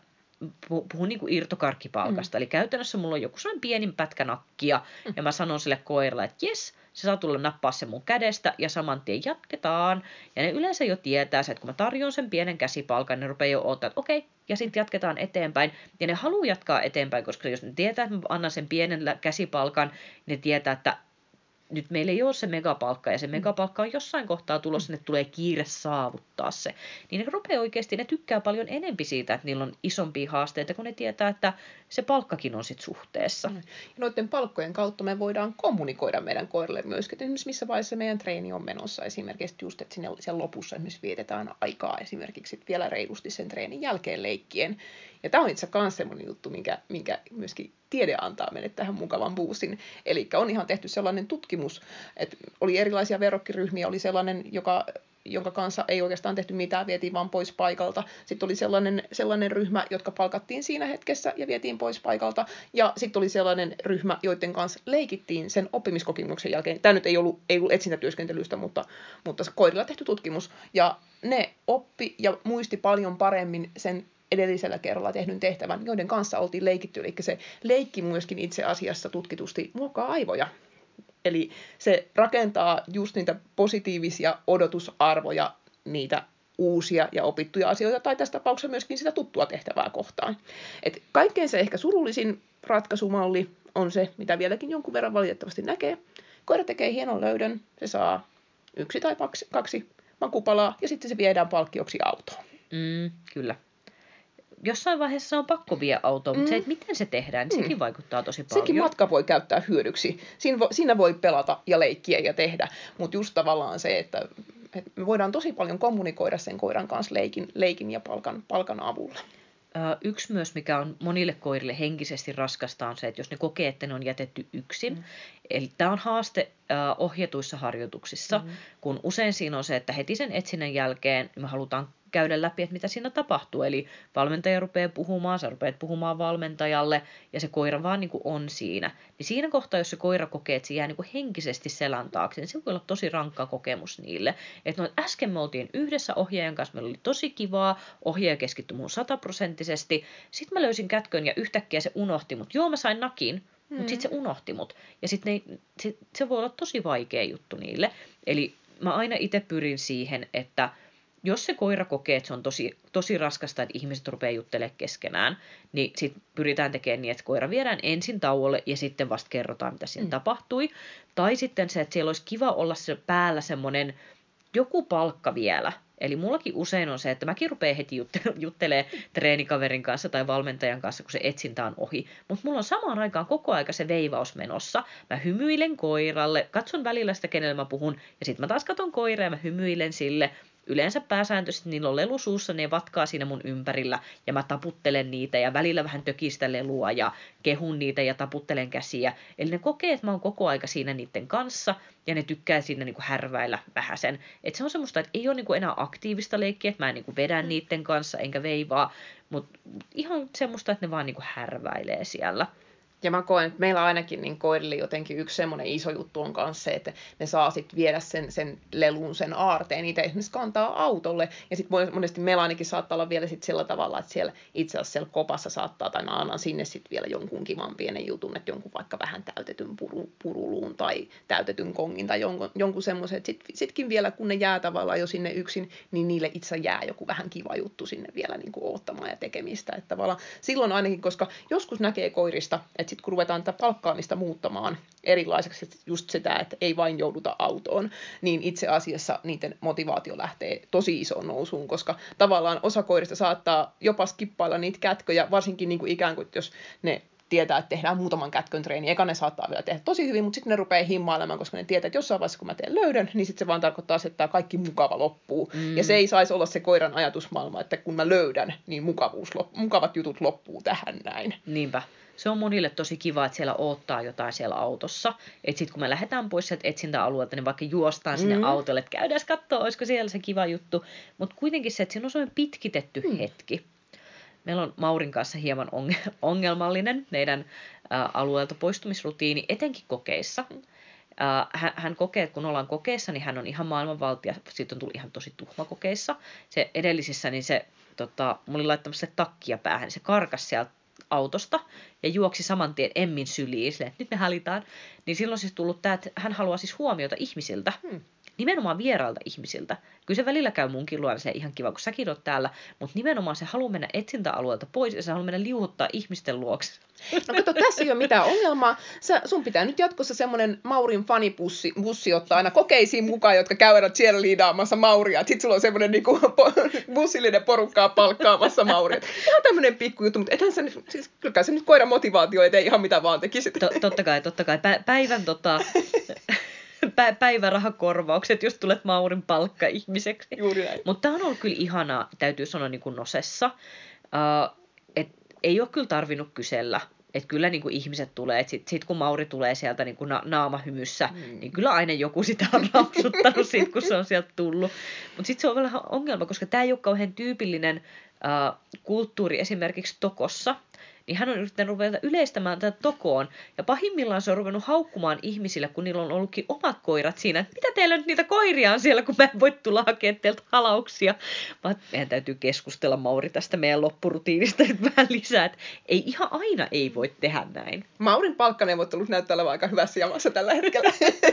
B: puhun niin kuin irtokarkkipalkasta, mm. eli käytännössä mulla on joku sellainen pienin pätkä nakkia, mm. ja mä sanon sille koiralle, että jes, se saa tulla nappaa sen mun kädestä, ja saman tien jatketaan, ja ne yleensä jo tietää se, että kun mä tarjoan sen pienen käsipalkan, ne rupeaa jo odottaa, että okei, okay, ja sitten jatketaan eteenpäin, ja ne haluaa jatkaa eteenpäin, koska jos ne tietää, että mä annan sen pienen käsipalkan, ne tietää, että nyt meillä ei ole se megapalkka, ja se megapalkka on jossain kohtaa tulossa, ne tulee kiire saavuttaa se. Niin ne rupeaa oikeasti, ne tykkää paljon enempi siitä, että niillä on isompia haasteita, kun ne tietää, että se palkkakin on sit suhteessa.
A: Ja noiden palkkojen kautta me voidaan kommunikoida meidän koirille myöskin, että esimerkiksi missä vaiheessa meidän treeni on menossa. Esimerkiksi just, että siinä siellä lopussa esimerkiksi vietetään aikaa esimerkiksi vielä reilusti sen treenin jälkeen leikkien. Ja tämä on itse asiassa myös sellainen juttu, minkä, minkä myöskin tiede antaa meille tähän mukavan boostin. Eli on ihan tehty sellainen tutkimus, että oli erilaisia verrokkiryhmiä, oli sellainen, joka, jonka kanssa ei oikeastaan tehty mitään, vietiin vaan pois paikalta. Sitten oli sellainen, sellainen ryhmä, jotka palkattiin siinä hetkessä ja vietiin pois paikalta. Ja sitten oli sellainen ryhmä, joiden kanssa leikittiin sen oppimiskokemuksen jälkeen. Tämä nyt ei ollut, ei ollut etsintätyöskentelystä, mutta, mutta koirilla tehty tutkimus. Ja ne oppi ja muisti paljon paremmin sen edellisellä kerralla tehdyn tehtävän, joiden kanssa oltiin leikitty. Eli se leikki myöskin itse asiassa tutkitusti muokkaa aivoja. Eli se rakentaa just niitä positiivisia odotusarvoja, niitä uusia ja opittuja asioita, tai tässä tapauksessa myöskin sitä tuttua tehtävää kohtaan. Et kaikkein se ehkä surullisin ratkaisumalli on se, mitä vieläkin jonkun verran valitettavasti näkee. Koira tekee hienon löydön, se saa yksi tai kaksi, kaksi makupalaa, ja sitten se viedään palkkioksi autoon.
B: Mm, kyllä. Jossain vaiheessa on pakko vie autoon, mutta mm. se, että miten se tehdään, niin sekin mm. vaikuttaa tosi paljon.
A: Sekin matka voi käyttää hyödyksi. Siinä, vo, siinä voi pelata ja leikkiä ja tehdä, mutta just tavallaan se, että, että me voidaan tosi paljon kommunikoida sen koiran kanssa leikin, leikin ja palkan, palkan avulla.
B: Yksi myös, mikä on monille koirille henkisesti raskasta, on se, että jos ne kokee, että ne on jätetty yksin. Mm. Eli tämä on haaste ohjatuissa harjoituksissa, mm. kun usein siinä on se, että heti sen etsinnän jälkeen me halutaan käydä läpi, että mitä siinä tapahtuu. Eli valmentaja rupeaa puhumaan, sä rupeat puhumaan valmentajalle ja se koira vaan niin kuin on siinä. Niin siinä kohtaa, jos se koira kokee, että se jää niin kuin henkisesti selän taakse, niin se voi olla tosi rankka kokemus niille. Että no, äsken me oltiin yhdessä ohjaajan kanssa, meillä oli tosi kivaa, ohjaaja keskittyi muun sataprosenttisesti. Sitten mä löysin kätkön ja yhtäkkiä se unohti mut. Joo, mä sain nakin, mm. mutta sitten se unohti mut. Ja sitten se, se voi olla tosi vaikea juttu niille. Eli mä aina itse pyrin siihen, että jos se koira kokee, että se on tosi, tosi raskasta, että ihmiset rupeaa juttelemaan keskenään, niin sitten pyritään tekemään niin, että koira viedään ensin tauolle ja sitten vasta kerrotaan, mitä siinä mm. tapahtui. Tai sitten se, että siellä olisi kiva olla se päällä semmoinen joku palkka vielä. Eli mullakin usein on se, että mäkin rupean heti juttelemaan treenikaverin kanssa tai valmentajan kanssa, kun se etsintä on ohi. Mutta mulla on samaan aikaan koko aika se veivaus menossa. Mä hymyilen koiralle, katson välillä sitä, kenelle mä puhun, ja sitten mä taas katon koiraa ja mä hymyilen sille. Yleensä pääsääntöisesti niillä on lelu suussa, ne vatkaa siinä mun ympärillä ja mä taputtelen niitä ja välillä vähän tökistä lelua ja kehun niitä ja taputtelen käsiä. Eli ne kokee, että mä oon koko aika siinä niiden kanssa ja ne tykkää siinä niinku härväillä vähäsen. Että se on semmoista, että ei ole niinku enää aktiivista leikkiä, että mä en niinku vedä niiden kanssa enkä veivaa, mutta ihan semmoista, että ne vaan niinku härväilee siellä.
A: Ja mä koen, että meillä ainakin niin koirille jotenkin yksi semmoinen iso juttu on kanssa se, että ne saa sitten viedä sen, sen lelun, sen aarteen, niitä esimerkiksi kantaa autolle. Ja sitten monesti meillä ainakin saattaa olla vielä sit sillä tavalla, että siellä itse asiassa siellä kopassa saattaa, tai mä annan sinne sitten vielä jonkun kivan pienen jutun, että jonkun vaikka vähän täytetyn puru, puruluun tai täytetyn kongin tai jonkun, jonkun semmoisen. Että sit, sitkin vielä, kun ne jää tavallaan jo sinne yksin, niin niille itse jää joku vähän kiva juttu sinne vielä niin kuin oottamaan ja tekemistä. Että tavallaan silloin ainakin, koska joskus näkee koirista, että sitten kun ruvetaan tätä palkkaamista muuttamaan erilaiseksi, just sitä, että ei vain jouduta autoon, niin itse asiassa niiden motivaatio lähtee tosi isoon nousuun, koska tavallaan osa koirista saattaa jopa skippailla niitä kätköjä, varsinkin niin kuin ikään kuin, jos ne tietää, että tehdään muutaman kätkön treeni. Eka ne saattaa vielä tehdä tosi hyvin, mutta sitten ne rupeaa himmailemaan, koska ne tietää, että jossain vaiheessa, kun mä teen löydön, niin sitten se vaan tarkoittaa, että tämä kaikki mukava loppuu. Mm. Ja se ei saisi olla se koiran ajatusmaailma, että kun mä löydän, niin mukavuus, mukavat jutut loppuu tähän näin.
B: Niinpä. Se on monille tosi kiva, että siellä odottaa jotain siellä autossa. Että sitten kun me lähdetään pois sieltä etsintäalueelta, niin vaikka juostaan sinne mm. autolle, että käydään katsoa, olisiko siellä se kiva juttu. Mutta kuitenkin se, että siinä on sellainen pitkitetty mm. hetki. Meillä on Maurin kanssa hieman ongelmallinen meidän ä, alueelta poistumisrutiini, etenkin kokeissa. Ä, hän, hän kokee, että kun ollaan kokeissa, niin hän on ihan maailmanvaltia. Siitä on tullut ihan tosi tuhma kokeissa. Se edellisissä, niin se, tota, mä olin laittamassa takkia päähän, niin se karkas sieltä autosta ja juoksi saman tien Emmin syliin, silleen, että nyt me hälitaan. Niin silloin siis tullut tämä, että hän haluaa siis huomiota ihmisiltä. Hmm. Nimenomaan vierailta ihmisiltä. Kyllä se välillä käy munkin luona, se ihan kiva, kun säkin oot täällä, mutta nimenomaan se haluaa mennä etsintäalueelta pois ja se haluaa mennä liuhuttaa ihmisten luokse.
A: No kato, tässä ei ole mitään ongelmaa. Sä, sun pitää nyt jatkossa semmoinen Maurin fanibussi bussi ottaa aina kokeisiin mukaan, jotka käyvät siellä liidaamassa Mauria. Sitten sulla on semmoinen niinku, bussillinen porukkaa palkkaamassa Mauria. Ihan tämmöinen pikkujuttu, mutta ethän sä nyt, siis kyllä se nyt koiran motivaatio, ettei ihan mitä vaan tekisit.
B: To, totta kai, totta kai. Pä, päivän tota... päivärahakorvaukset, jos tulet Maurin palkka-ihmiseksi.
A: Juuri näin.
B: Mutta tämä on ollut kyllä ihanaa, täytyy sanoa niin kuin Nosessa. Uh, et ei ole kyllä tarvinnut kysellä. Että kyllä niin kuin ihmiset tulee, että sitten sit kun Mauri tulee sieltä niin kuin na- naamahymyssä, mm. niin kyllä aina joku sitä on rausuttanut sit, kun se on sieltä tullut. Mutta sitten se on vähän ongelma, koska tämä ei ole kauhean tyypillinen uh, kulttuuri esimerkiksi Tokossa. Niin hän on yrittänyt ruveta yleistämään tätä Tokoon. Ja pahimmillaan se on ruvennut haukkumaan ihmisille, kun niillä on ollutkin omat koirat siinä. Mitä teillä nyt niitä koiria on siellä, kun mä en voi tulla hakemaan teiltä halauksia. Vaan meidän täytyy keskustella, Mauri, tästä meidän loppurutiinista nyt vähän lisää. Että ei ihan aina ei voi tehdä näin.
A: Maurin palkkaneuvottelut näyttää olevan aika hyvässä jamassa tällä hetkellä.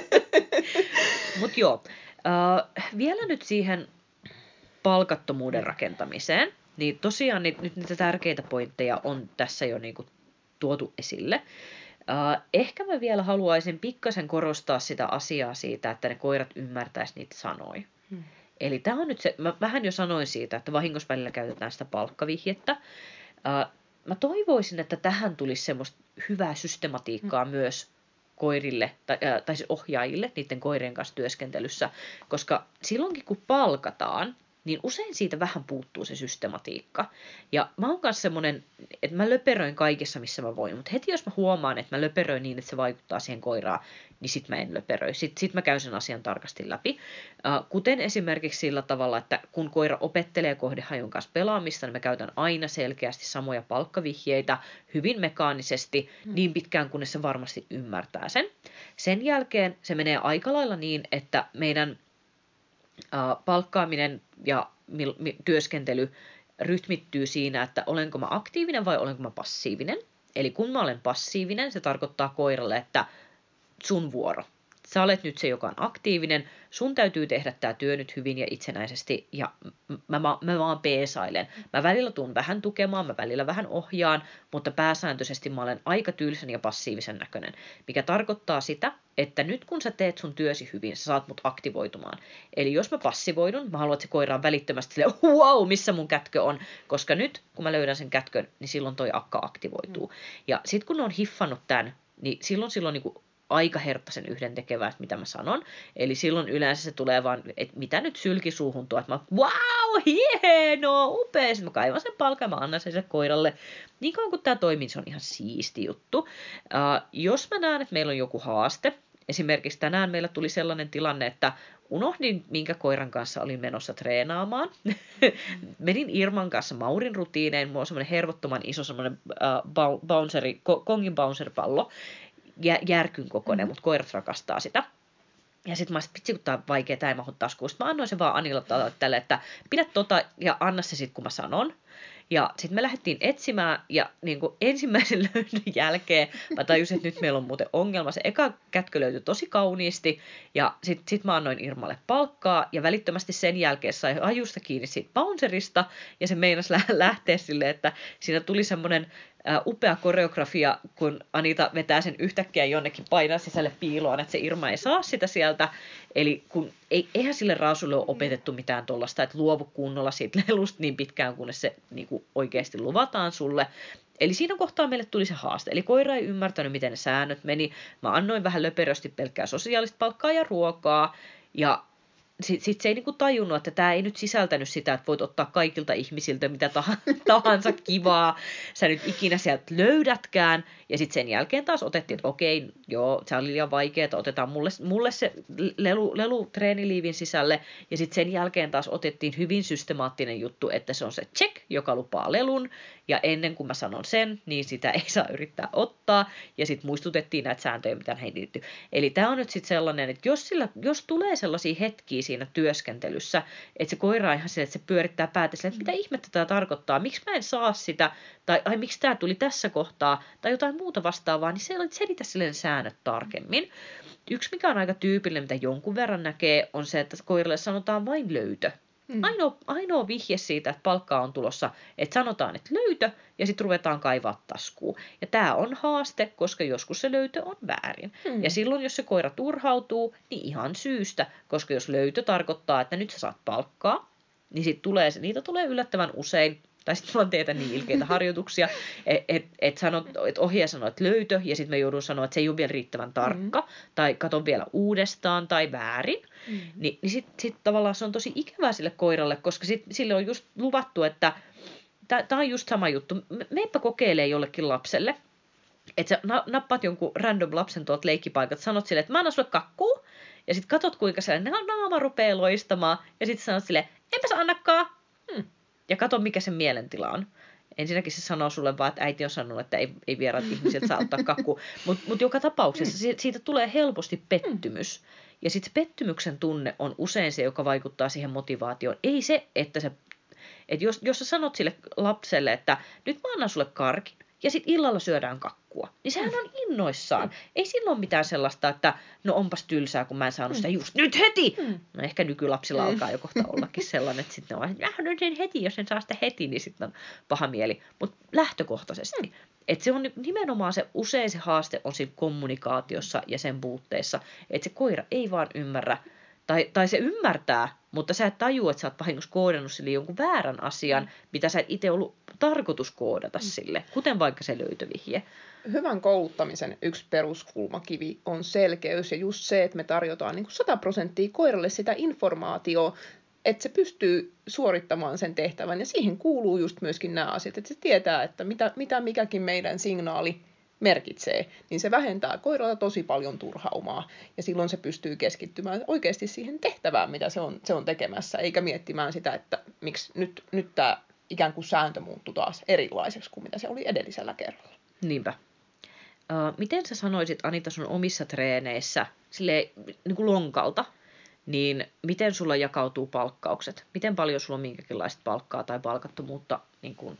B: Mutta joo, äh, vielä nyt siihen palkattomuuden rakentamiseen. Niin tosiaan niin, nyt niitä tärkeitä pointteja on tässä jo niinku tuotu esille. Uh, ehkä mä vielä haluaisin pikkasen korostaa sitä asiaa siitä, että ne koirat ymmärtäisi niitä sanoja. Hmm. Eli tämä on nyt se, mä vähän jo sanoin siitä, että vahingossa välillä käytetään sitä palkkavihjettä. Uh, mä toivoisin, että tähän tulisi semmoista hyvää systematiikkaa hmm. myös koirille tai, äh, tai siis ohjaajille niiden koirien kanssa työskentelyssä, koska silloinkin kun palkataan, niin usein siitä vähän puuttuu se systematiikka. Ja mä oon kanssa semmonen, että mä löperöin kaikessa, missä mä voin. Mutta heti jos mä huomaan, että mä löperöin niin, että se vaikuttaa siihen koiraan, niin sit mä en löperöi. Sitten sit mä käyn sen asian tarkasti läpi. Uh, kuten esimerkiksi sillä tavalla, että kun koira opettelee kohdehajun kanssa pelaamista, niin mä käytän aina selkeästi samoja palkkavihjeitä hyvin mekaanisesti, hmm. niin pitkään kunnes se varmasti ymmärtää sen. Sen jälkeen se menee aika lailla niin, että meidän Uh, palkkaaminen ja mil, mi, työskentely rytmittyy siinä, että olenko mä aktiivinen vai olenko mä passiivinen. Eli kun mä olen passiivinen, se tarkoittaa koiralle, että sun vuoro. Sä olet nyt se, joka on aktiivinen. Sun täytyy tehdä tämä työ nyt hyvin ja itsenäisesti. Ja mä, mä, mä vaan peesailen. Mä välillä tuun vähän tukemaan, mä välillä vähän ohjaan, mutta pääsääntöisesti mä olen aika tylsän ja passiivisen näköinen. Mikä tarkoittaa sitä, että nyt kun sä teet sun työsi hyvin, sä saat mut aktivoitumaan. Eli jos mä passivoidun, mä haluan, että se koira on välittömästi silleen, wow, missä mun kätkö on. Koska nyt, kun mä löydän sen kätkön, niin silloin toi akka aktivoituu. Mm. Ja sit kun ne on hiffannut tämän, niin silloin silloin niin kuin aika herttaisen yhdentekevää, mitä mä sanon. Eli silloin yleensä se tulee vaan, että mitä nyt sylki suuhun tuo, että mä, wow, hienoa, upea. Sitten mä kaivan sen palkan, mä annan sen se koiralle. Niin kauan kun tää toimii, se on ihan siisti juttu. Uh, jos mä näen, että meillä on joku haaste, esimerkiksi tänään meillä tuli sellainen tilanne, että unohdin, minkä koiran kanssa olin menossa treenaamaan. Menin Irman kanssa Maurin rutiineen. Mulla on semmoinen hervottoman iso semmoinen uh, bounceri, kongin bouncer-pallo. Järkyn kokoinen, mm-hmm. mutta koirat rakastaa sitä. Ja sitten mä olisin, vitsi kun tää on vaikea, tää ei mahdu taskuun. Sitten mä annoin sen vaan Anilla tälle, että pidä tota ja anna se sitten, kun mä sanon. Ja sitten me lähdettiin etsimään, ja niin kuin ensimmäisen löydön jälkeen mä tajusin, että nyt meillä on muuten ongelma. Se eka kätkö löytyi tosi kauniisti, ja sitten sit mä annoin Irmalle palkkaa, ja välittömästi sen jälkeen sai ajusta kiinni siitä bouncerista, ja se meinasi lähteä silleen, että siinä tuli semmoinen upea koreografia, kun Anita vetää sen yhtäkkiä jonnekin painaa sisälle piiloon, että se Irma ei saa sitä sieltä. Eli kun ei, eihän sille raasulle ole opetettu mitään tuollaista, että luovu kunnolla siitä lelusta niin pitkään, kunnes se niin kuin oikeasti luvataan sulle. Eli siinä kohtaa meille tuli se haaste. Eli koira ei ymmärtänyt, miten ne säännöt meni. Mä annoin vähän löperösti pelkkää sosiaalista palkkaa ja ruokaa. Ja sitten sit se ei niinku tajunnut, että tämä ei nyt sisältänyt sitä, että voit ottaa kaikilta ihmisiltä mitä tahansa kivaa sä nyt ikinä sieltä löydätkään. Ja sitten sen jälkeen taas otettiin, että okei, joo, se oli liian vaikeaa, otetaan mulle, mulle se lelu, lelu treeniliivin sisälle. Ja sitten sen jälkeen taas otettiin hyvin systemaattinen juttu, että se on se check, joka lupaa lelun. Ja ennen kuin mä sanon sen, niin sitä ei saa yrittää ottaa. Ja sitten muistutettiin näitä sääntöjä, mitä näihin liittyy. Eli tämä on nyt sitten sellainen, että jos, sillä, jos tulee sellaisia hetkiä siinä työskentelyssä, että se koira on ihan sille, että se pyörittää päätä sille, että mitä ihmettä tämä tarkoittaa, miksi mä en saa sitä, tai ai, miksi tämä tuli tässä kohtaa, tai jotain muuta vastaavaa, niin se selitä sille säännöt tarkemmin. Yksi, mikä on aika tyypillinen, mitä jonkun verran näkee, on se, että koiralle sanotaan vain löytö. Hmm. Ainoa, ainoa vihje siitä, että palkkaa on tulossa, että sanotaan, että löytö, ja sitten ruvetaan kaivaa taskuun. Ja tämä on haaste, koska joskus se löytö on väärin. Hmm. Ja silloin, jos se koira turhautuu, niin ihan syystä, koska jos löytö tarkoittaa, että nyt sä saat palkkaa, niin sit tulee, niitä tulee yllättävän usein. Tai sitten vaan teetä niin ilkeitä harjoituksia, että et, et et ohjaaja sanoo, että löytö, ja sitten me joudun sanoa, että se ei ole vielä riittävän tarkka, mm. tai katon vielä uudestaan, tai väärin. Mm. Ni, niin sitten sit tavallaan se on tosi ikävää sille koiralle, koska sit, sille on just luvattu, että tämä on just sama juttu. Meipä kokeilee jollekin lapselle, että sä nappaat jonkun random lapsen tuolta leikkipaikalta, sanot sille, että mä annan sulle kakkuu, ja sitten katot, kuinka se naama rupeaa loistamaan, ja sitten sanot sille, enpä sä annakaan. Hmm. Ja kato, mikä se mielentila on. Ensinnäkin se sanoo sulle vaan, että äiti on sanonut, että ei, ei vieraat ihmisiltä saa ottaa kakkua. Mutta mut joka tapauksessa siitä, siitä tulee helposti pettymys. Ja sitten se pettymyksen tunne on usein se, joka vaikuttaa siihen motivaatioon. Ei se, että se, että jos, jos sä sanot sille lapselle, että nyt mä annan sulle karkin, ja sitten illalla syödään kakkua, niin sehän on innoissaan. Mm. Ei silloin mitään sellaista, että no onpas tylsää, kun mä en saanut sitä just nyt heti. Mm. No ehkä nykylapsilla mm. alkaa jo kohta ollakin sellainen, että sitten on, että nyt en heti, jos en saa sitä heti, niin sitten on paha mieli. Mutta lähtökohtaisesti. Mm. Että se on nimenomaan se, usein se haaste on siinä kommunikaatiossa ja sen puutteessa, että se koira ei vaan ymmärrä, tai, tai se ymmärtää, mutta sä et tajua, että sä oot vahingossa koodannut sille jonkun väärän asian, mm. mitä sä et itse ollut tarkoitus koodata mm. sille, kuten vaikka se löytövihje.
A: Hyvän kouluttamisen yksi peruskulmakivi on selkeys ja just se, että me tarjotaan niin kuin sata prosenttia koiralle sitä informaatiota, että se pystyy suorittamaan sen tehtävän. Ja siihen kuuluu just myöskin nämä asiat, että se tietää, että mitä, mitä mikäkin meidän signaali merkitsee, niin se vähentää koiralta tosi paljon turhaumaa. Ja silloin se pystyy keskittymään oikeasti siihen tehtävään, mitä se on, se on tekemässä, eikä miettimään sitä, että miksi nyt, nyt tämä ikään kuin sääntö muuttui taas erilaiseksi kuin mitä se oli edellisellä kerralla.
B: Niinpä. Uh, miten sä sanoisit, Anita, sun omissa treeneissä, silleen niin kuin lonkalta, niin miten sulla jakautuu palkkaukset? Miten paljon sulla on minkäkinlaista palkkaa tai palkattomuutta niin kuin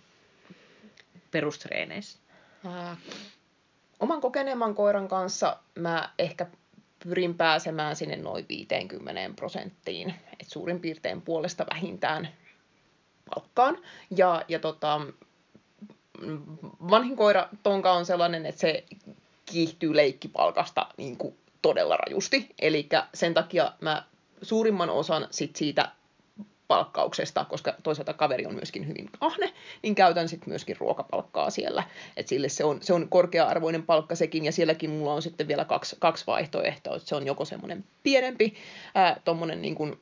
B: perustreeneissä?
A: Äh, oman kokeneemman koiran kanssa mä ehkä pyrin pääsemään sinne noin viisikymmentä prosenttiin, että suurin piirtein puolesta vähintään palkkaan. Ja, ja tota, vanhin koira Tonka on sellainen, että se kiihtyy leikkipalkasta niin kuin todella rajusti. Eli sen takia mä suurimman osan sit siitä palkkauksesta, koska toisaalta kaveri on myöskin hyvin ahne, niin käytän sitten myöskin ruokapalkkaa siellä. Et sille se on, se on korkea-arvoinen palkka sekin, ja sielläkin mulla on sitten vielä kaksi, kaksi vaihtoehtoa. Se on joko semmoinen pienempi, ää, tommonen niin kuin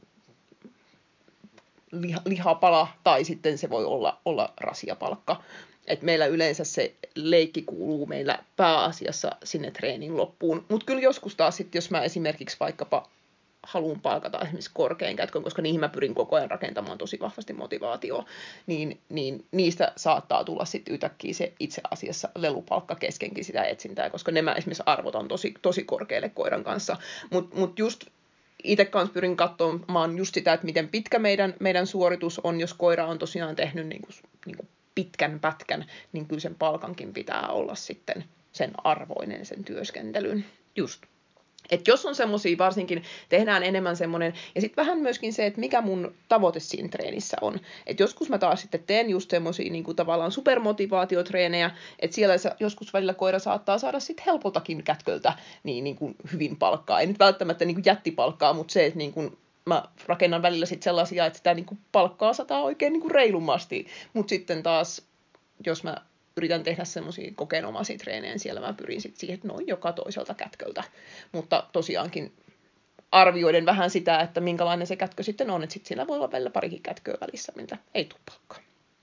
A: liha, lihapala, tai sitten se voi olla, olla rasiapalkka. Et meillä yleensä se leikki kuuluu meillä pääasiassa sinne treenin loppuun. Mutta kyllä joskus taas sitten, jos mä esimerkiksi vaikkapa haluan palkata esimerkiksi korkean kätkön, koska niihin mä pyrin koko ajan rakentamaan tosi vahvasti motivaatioa, niin, niin niistä saattaa tulla sitten yhtäkkiä se itse asiassa lelupalkka keskenkin sitä etsintää, koska ne mä esimerkiksi arvotan tosi, tosi korkealle koiran kanssa. Mutta mut just itse kanssa pyrin katsomaan just sitä, että miten pitkä meidän, meidän suoritus on, jos koira on tosiaan tehnyt niin kuin, niin kuin pitkän pätkän, niin kyllä sen palkankin pitää olla sitten sen arvoinen sen työskentelyn.
B: Just.
A: Et jos on semmoisia, varsinkin tehdään enemmän semmoinen, ja sitten vähän myöskin se, että mikä mun tavoite siinä treenissä on. Et joskus mä taas sitten teen just semmoisia niin kuin tavallaan supermotivaatiotreenejä, että siellä joskus välillä koira saattaa saada sitten helpoltakin kätköltä niin, niin kuin hyvin palkkaa. Ei nyt välttämättä niin kuin jättipalkkaa, mutta se, että niin kuin mä rakennan välillä sitten sellaisia, että sitä niin kuin palkkaa sataa oikein niin kuin reilumasti, mutta sitten taas, jos mä yritän tehdä semmoisia kokeenomaisia treenejä, niin siellä mä pyrin sitten siihen, että noin joka toiselta kätköltä. Mutta tosiaankin arvioiden vähän sitä, että minkälainen se kätkö sitten on, että sitten siinä voi olla välillä parikin kätköä välissä, mitä ei tule palkkaa.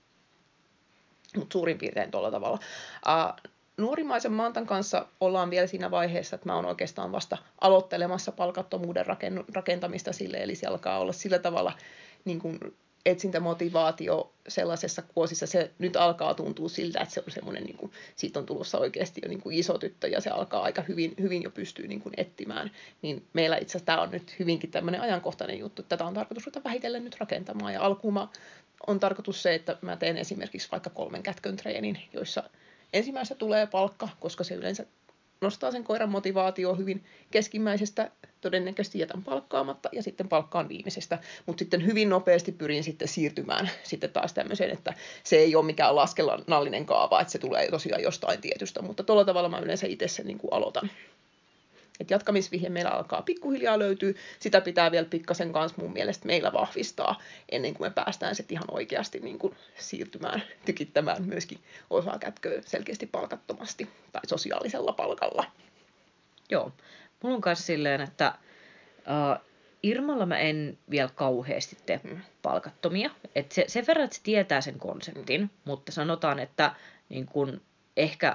A: Mutta suurin piirtein tuolla tavalla. Uh, nuorimaisen Mantan kanssa ollaan vielä siinä vaiheessa, että mä oon oikeastaan vasta aloittelemassa palkattomuuden rakentamista sille, eli se alkaa olla sillä tavalla niin kuin etsintämotivaatio sellaisessa kuosissa, se nyt alkaa tuntua siltä, että se on semmoinen, niin kuin, siitä on tulossa oikeasti jo niin kuin iso tyttö, ja se alkaa aika hyvin, hyvin jo pystyy niin kuin etsimään. Niin meillä itse asiassa tämä on nyt hyvinkin tämmöinen ajankohtainen juttu, että tätä on tarkoitus ruveta vähitellen nyt rakentamaan, ja alkuun on tarkoitus se, että mä teen esimerkiksi vaikka kolmen kätkön treenin, joissa ensimmäisestä tulee palkka, koska se yleensä nostaa sen koiran motivaatio hyvin keskimmäisestä, todennäköisesti jätän palkkaamatta ja sitten palkkaan viimeisestä, mutta sitten hyvin nopeasti pyrin sitten siirtymään sitten taas tämmöiseen, että se ei ole mikään laskennallinen kaava, että se tulee tosiaan jostain tietystä, mutta tuolla tavalla mä yleensä itse sen niin kuin aloitan. Et jatkamisvihje meillä alkaa pikkuhiljaa löytyy, sitä pitää vielä pikkasen kanssa mun mielestä meillä vahvistaa, ennen kuin me päästään sitten ihan oikeasti niin kuin siirtymään, tykittämään myöskin osaa kätköä selkeästi palkattomasti tai sosiaalisella palkalla.
B: Joo, mulla on kanssa silleen, että uh, Irmalla mä en vielä kauheasti tee hmm. palkattomia. Et se, sen verran, että se tietää sen konseptin, hmm. mutta sanotaan, että niin kun ehkä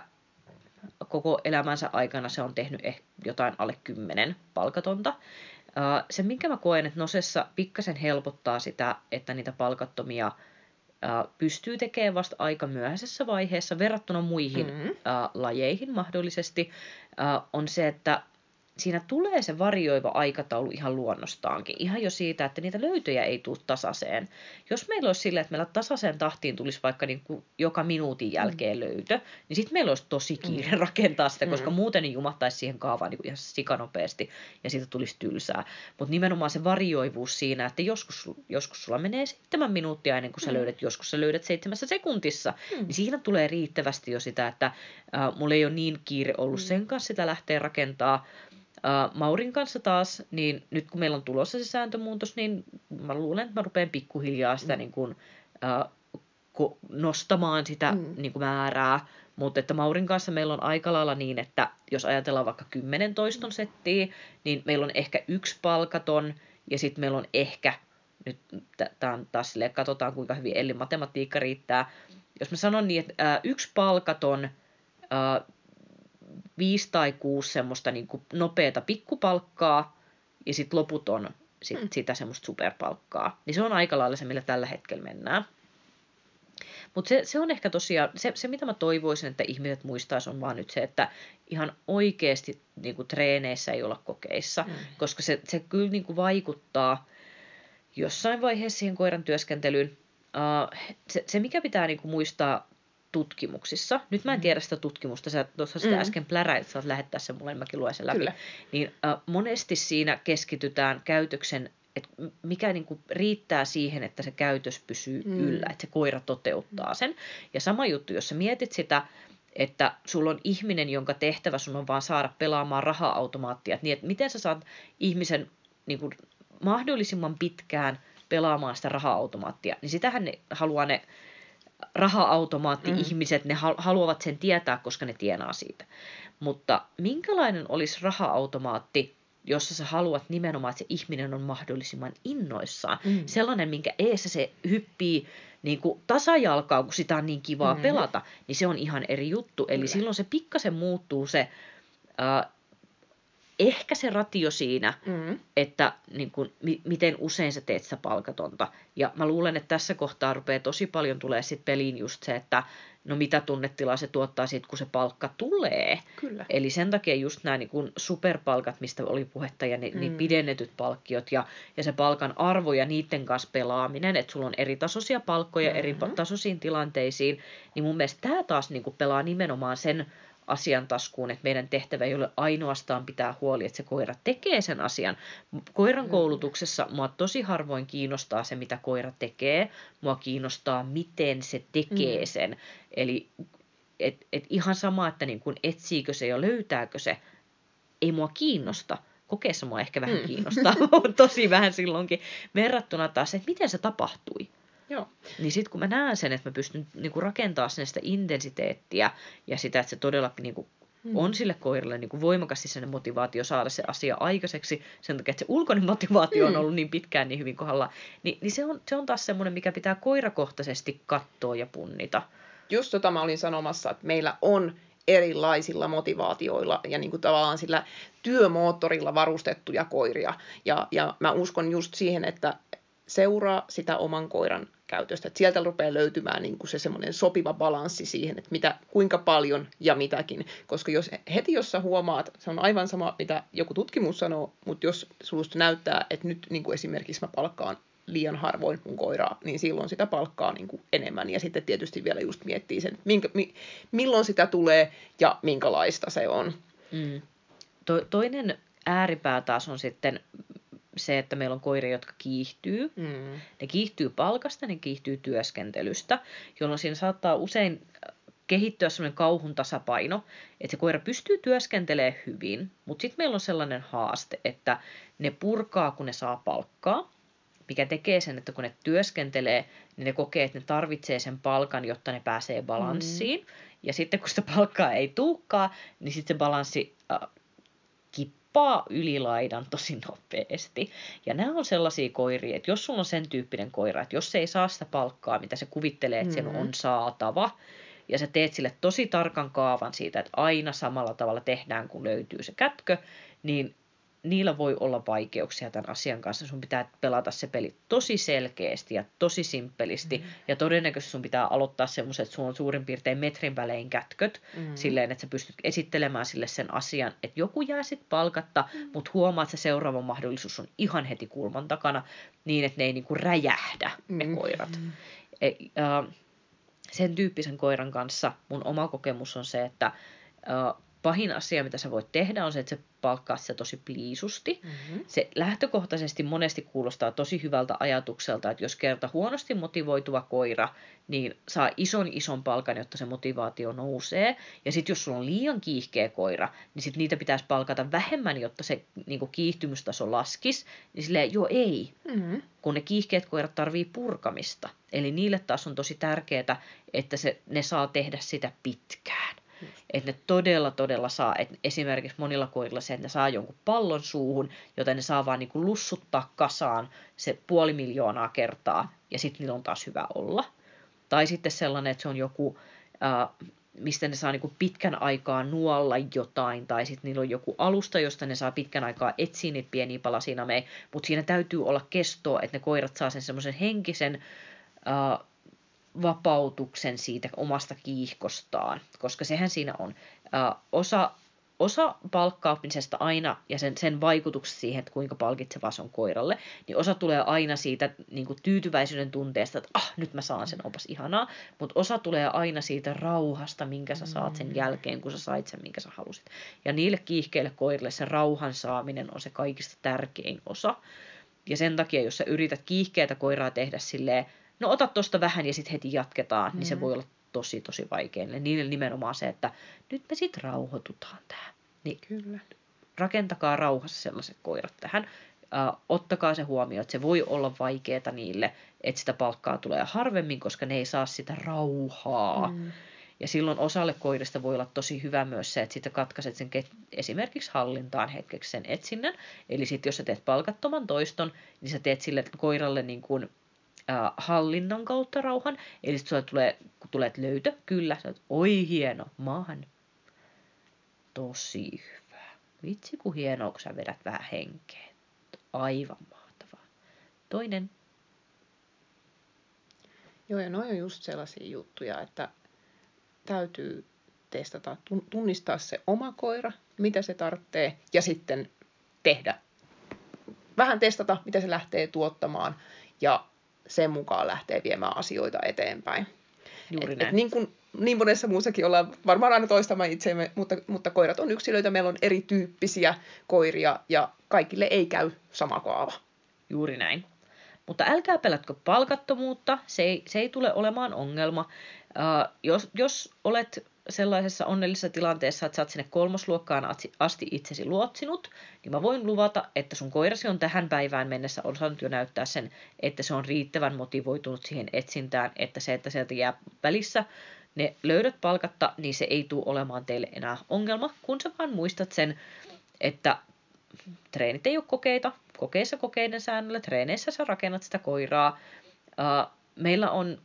B: koko elämänsä aikana se on tehnyt ehkä jotain alle kymmenen palkatonta. Uh, se, minkä mä koen, että Nosessa pikkasen helpottaa sitä, että niitä palkattomia uh, pystyy tekemään vasta aika myöhäisessä vaiheessa verrattuna muihin mm-hmm. uh, lajeihin mahdollisesti, uh, on se, että siinä tulee se varioiva aikataulu ihan luonnostaankin. Ihan jo siitä, että niitä löytöjä ei tule tasaiseen. Jos meillä olisi sillä, että meillä tasaiseen tahtiin tulisi vaikka niin kuin joka minuutin jälkeen löytö, niin sitten meillä olisi tosi kiire mm. rakentaa sitä, koska mm. muuten niin jumattaisi siihen kaavaan niin kuin ihan sikanopeasti ja siitä tulisi tylsää. Mutta nimenomaan se varioivuus siinä, että joskus, joskus sulla menee seitsemän minuuttia ennen kuin sä löydät, joskus sä löydät seitsemässä sekuntissa, mm. niin siinä tulee riittävästi jo sitä, että äh, mulla ei ole niin kiire ollut mm. sen kanssa sitä lähteä rakentaa. Uh, Maurin kanssa taas, niin nyt kun meillä on tulossa se sääntömuutos, niin mä luulen, että mä rupean pikkuhiljaa sitä mm. niin kuin, uh, ko- nostamaan sitä mm. niin kuin määrää, mutta että Maurin kanssa meillä on aika lailla niin, että jos ajatellaan vaikka kymmenen toiston settiä, niin meillä on ehkä yksi palkaton ja sitten meillä on ehkä, nyt tämä on taas silleen, katsotaan kuinka hyvin Ellin matematiikka riittää, jos mä sanon niin, että uh, yksi palkaton, uh, viisi tai kuusi semmoista niin kuin nopeata pikkupalkkaa ja sitten loput on sit mm. sitä semmoista superpalkkaa. Niin se on aika lailla se, millä tällä hetkellä mennään. Mutta se, se on ehkä tosiaan, se, se mitä mä toivoisin, että ihmiset muistaisi on vaan nyt se, että ihan oikeasti niin kuin treeneissä ei olla kokeissa, mm. koska se, se kyllä niin kuin vaikuttaa jossain vaiheessa siihen koiran työskentelyyn. Uh, se, se mikä pitää niin kuin muistaa tutkimuksissa, nyt mä en tiedä sitä tutkimusta, sä tuossa sitä mm. äsken pläräit, saat lähettää sen mulle, mäkin luen sen läpi,
A: Kyllä.
B: niin äh, monesti siinä keskitytään käytöksen, että mikä niin kuin riittää siihen, että se käytös pysyy mm. yllä, että se koira toteuttaa sen. Ja sama juttu, jos sä mietit sitä, että sulla on ihminen, jonka tehtävä sun on vaan saada pelaamaan raha-automaattia, niin että miten sä saat ihmisen niin kuin mahdollisimman pitkään pelaamaan sitä raha-automaattia, niin sitähän ne haluaa ne raha-automaatti-ihmiset, mm. ne haluavat sen tietää, koska ne tienaa siitä. Mutta minkälainen olisi raha-automaatti, jossa sä haluat nimenomaan, että se ihminen on mahdollisimman innoissaan. Mm. Sellainen, minkä eessä se hyppii niin kuin tasajalkaa, kun sitä on niin kivaa mm. pelata, niin se on ihan eri juttu. Eli Kyllä. silloin se pikkasen muuttuu se, äh, ehkä se ratio siinä, mm. että niin kuin, mi- miten usein sä teet sitä palkatonta. Ja mä luulen, että tässä kohtaa rupeaa tosi paljon tulee sit peliin just se, että no mitä tunnetilaa se tuottaa siitä, kun se palkka tulee.
A: Kyllä.
B: Eli sen takia just nämä niin kuin superpalkat, mistä oli puhetta, ja ne, mm. niin pidennetyt palkkiot ja, ja se palkan arvo ja niiden kanssa pelaaminen, että sulla on eri tasoisia palkkoja mm-hmm. eri tasoisiin tilanteisiin, niin mun mielestä tämä taas niin kuin pelaa nimenomaan sen asian taskuun, että meidän tehtävä ei ole ainoastaan pitää huoli, että se koira tekee sen asian. Koiran koulutuksessa mua tosi harvoin kiinnostaa se, mitä koira tekee. Mua kiinnostaa, miten se tekee sen. Mm. Eli et, et ihan sama, että niin kun etsiikö se ja löytääkö se, ei mua kiinnosta. Kokeessa mua ehkä vähän mm. kiinnostaa, tosi vähän silloinkin, verrattuna taas, että miten se tapahtui.
A: Joo.
B: Niin sitten kun mä näen sen, että mä pystyn niinku rakentamaan sinne sitä intensiteettiä ja sitä, että se todellakin niinku mm. on sille koiralle niinku voimakas sellainen motivaatio saada se asia aikaiseksi, sen takia, että se ulkoinen motivaatio mm. on ollut niin pitkään niin hyvin kohdalla, niin, niin se, on, se on taas semmoinen, mikä pitää koirakohtaisesti katsoa ja punnita.
A: Just tota mä olin sanomassa, että meillä on erilaisilla motivaatioilla ja niin kuin tavallaan sillä työmoottorilla varustettuja koiria. Ja, ja mä uskon just siihen, että seuraa sitä oman koiran käytöstä. Että sieltä rupeaa löytymään niin kuin se semmoinen sopiva balanssi siihen, että mitä, kuinka paljon ja mitäkin. Koska jos heti jos sä huomaat, se on aivan sama, mitä joku tutkimus sanoo, mutta jos susta näyttää, että nyt niin kuin esimerkiksi mä palkkaan liian harvoin mun koiraa, niin silloin sitä palkkaa niin kuin enemmän. Ja sitten tietysti vielä just miettii sen, minkä, mi, milloin sitä tulee ja minkälaista se on.
B: Mm. To, toinen ääripää taas on sitten se, että meillä on koiria, jotka kiihtyy. Mm. Ne kiihtyy palkasta, ne kiihtyy työskentelystä, jolloin siinä saattaa usein kehittyä sellainen kauhun tasapaino, että se koira pystyy työskentelemään hyvin, mutta sitten meillä on sellainen haaste, että ne purkaa, kun ne saa palkkaa, mikä tekee sen, että kun ne työskentelee, niin ne kokee, että ne tarvitsee sen palkan, jotta ne pääsee balanssiin. Mm. Ja sitten kun sitä palkkaa ei tulekaan, niin sitten se balanssi äh, kippaa ylilaidan tosi nopeasti. Ja nämä on sellaisia koiria, että jos sulla on sen tyyppinen koira, että jos se ei saa sitä palkkaa, mitä se kuvittelee, että mm. sen on saatava, ja sä teet sille tosi tarkan kaavan siitä, että aina samalla tavalla tehdään, kun löytyy se kätkö, niin niillä voi olla vaikeuksia tämän asian kanssa. Sun pitää pelata se peli tosi selkeästi ja tosi simppelisti. Mm-hmm. Ja todennäköisesti sun pitää aloittaa semmoiset, että sulla on suurin piirtein metrin välein kätköt. Mm-hmm. Silleen, että sä pystyt esittelemään sille sen asian, että joku jää sit palkatta, mm-hmm. mutta huomaa, että se seuraava mahdollisuus on ihan heti kulman takana, niin että ne ei niinku räjähdä ne mm-hmm. koirat. E, äh, sen tyyppisen koiran kanssa mun oma kokemus on se, että äh, pahin asia, mitä sä voit tehdä, on se, että sä palkkaat sitä tosi pliisusti. Mm-hmm. Se lähtökohtaisesti monesti kuulostaa tosi hyvältä ajatukselta, että jos kerta huonosti motivoituva koira, niin saa ison ison palkan, jotta se motivaatio nousee. Ja sitten jos sulla on liian kiihkeä koira, niin sitten niitä pitäisi palkata vähemmän, jotta se niin kuin kiihtymystaso laskisi. Niin silleen, joo ei, mm-hmm. kun ne kiihkeät koirat tarvii purkamista. Eli niille taas on tosi tärkeää, että se, ne saa tehdä sitä pitkään. Että ne todella, todella saa, että esimerkiksi monilla koirilla se, että ne saa jonkun pallon suuhun, jota ne saa vaan niin kuin lussuttaa kasaan se puoli miljoonaa kertaa, ja sitten niillä on taas hyvä olla. Tai sitten sellainen, että se on joku, äh, mistä ne saa niin kuin pitkän aikaa nuolla jotain, tai sitten niillä on joku alusta, josta ne saa pitkän aikaa etsiä niitä pieniä palasinameja, mutta siinä täytyy olla kestoa, että ne koirat saa sen semmoisen henkisen äh, vapautuksen siitä omasta kiihkostaan, koska sehän siinä on. Ö, osa osa palkkaamisesta aina ja sen, sen vaikutuksesta siihen, että kuinka palkitseva se on koiralle, niin osa tulee aina siitä niin kuin tyytyväisyyden tunteesta, että ah, nyt mä saan sen, onpas ihanaa, mutta osa tulee aina siitä rauhasta, minkä sä saat sen jälkeen, kun sä sait sen, minkä sä halusit. Ja niille kiihkeille koirille se rauhan saaminen on se kaikista tärkein osa. Ja sen takia, jos sä yrität kiihkeätä koiraa tehdä silleen, no ota tosta vähän ja sitten heti jatketaan, mm. niin se voi olla tosi, tosi vaikea. Niille nimenomaan se, että nyt me sitten rauhoitutaan tähän. Niin
A: Kyllä.
B: Rakentakaa rauhassa sellaiset koirat tähän. Uh, ottakaa se huomioon, että se voi olla vaikeaa niille, että sitä palkkaa tulee harvemmin, koska ne ei saa sitä rauhaa. Mm. Ja silloin osalle koirista voi olla tosi hyvä myös se, että sitten katkaiset sen esimerkiksi hallintaan hetkeksi sen etsinnän. Eli sitten jos sä teet palkattoman toiston, niin sä teet sille koiralle niin kuin, äh, hallinnan kautta rauhan. Eli sitten tulee, kun tulee löytö, kyllä, sä oot, oi hieno, maahan. Tosi hyvä. Vitsi kun hienoa, kun sä vedät vähän henkeä. Aivan mahtavaa. Toinen.
A: Joo, ja noi on just sellaisia juttuja, että täytyy testata, tunnistaa se oma koira, mitä se tarvitsee, ja sitten tehdä. Vähän testata, mitä se lähtee tuottamaan, ja sen mukaan lähtee viemään asioita eteenpäin.
B: Juuri
A: et,
B: näin.
A: Et niin kuin niin monessa muussakin ollaan varmaan aina toistamaan itseämme, mutta, mutta koirat on yksilöitä, meillä on erityyppisiä koiria, ja kaikille ei käy sama kaava.
B: Juuri näin. Mutta älkää pelätkö palkattomuutta, se ei, se ei tule olemaan ongelma. Uh, jos, jos olet sellaisessa onnellisessa tilanteessa, että sä oot sinne kolmosluokkaan asti itsesi luotsinut, niin mä voin luvata, että sun koirasi on tähän päivään mennessä osannut jo näyttää sen, että se on riittävän motivoitunut siihen etsintään, että se, että sieltä jää välissä ne löydöt palkatta, niin se ei tule olemaan teille enää ongelma, kun sä vaan muistat sen, että treenit ei ole kokeita, kokeissa kokeiden säännöllä, treeneissä sä rakennat sitä koiraa. Uh, meillä on,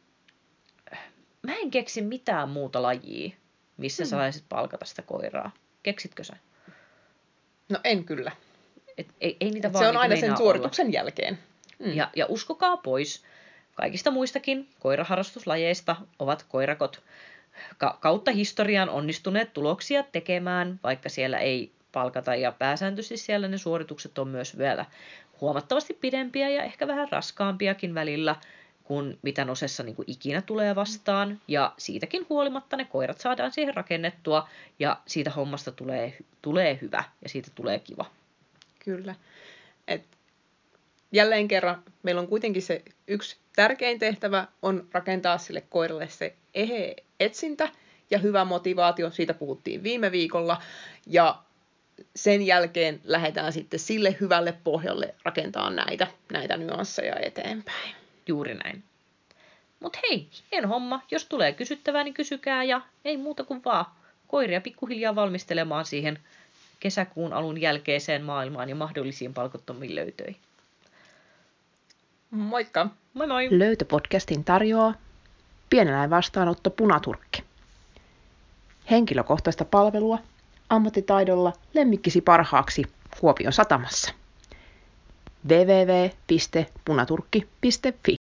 B: mä en keksi mitään muuta lajia, missä hmm. sä saisit palkata sitä koiraa. Keksitkö sä?
A: No en kyllä.
B: Et ei, ei niitä
A: Et
B: vaan
A: se on
B: niin
A: aina sen suorituksen
B: olla.
A: jälkeen. Hmm.
B: Ja, ja uskokaa pois, kaikista muistakin koiraharrastuslajeista ovat koirakot ka- kautta historian onnistuneet tuloksia tekemään, vaikka siellä ei palkata, ja pääsääntöisesti siellä ne suoritukset on myös vielä huomattavasti pidempiä ja ehkä vähän raskaampiakin välillä kuin mitä nosessa niin kuin ikinä tulee vastaan, ja siitäkin huolimatta ne koirat saadaan siihen rakennettua, ja siitä hommasta tulee, tulee hyvä, ja siitä tulee kiva.
A: Kyllä. Et jälleen kerran meillä on kuitenkin se yksi tärkein tehtävä on rakentaa sille koiralle se eheä etsintä ja hyvä motivaatio, siitä puhuttiin viime viikolla, ja sen jälkeen lähdetään sitten sille hyvälle pohjalle rakentaa näitä, näitä nyansseja eteenpäin.
B: Juuri näin. Mut hei, hieno homma. Jos tulee kysyttävää, niin kysykää, ja ei muuta kuin vaan koiria pikkuhiljaa valmistelemaan siihen kesäkuun alun jälkeiseen maailmaan ja mahdollisiin palkattomiin löytöihin.
A: Moikka!
B: Moi moi!
A: Löytöpodcastin tarjoaa Pieneläin vastaanotto Punaturkki. Henkilökohtaista palvelua ammattitaidolla lemmikkisi parhaaksi Kuopion satamassa. double-u double-u double-u piste punaturkki piste fi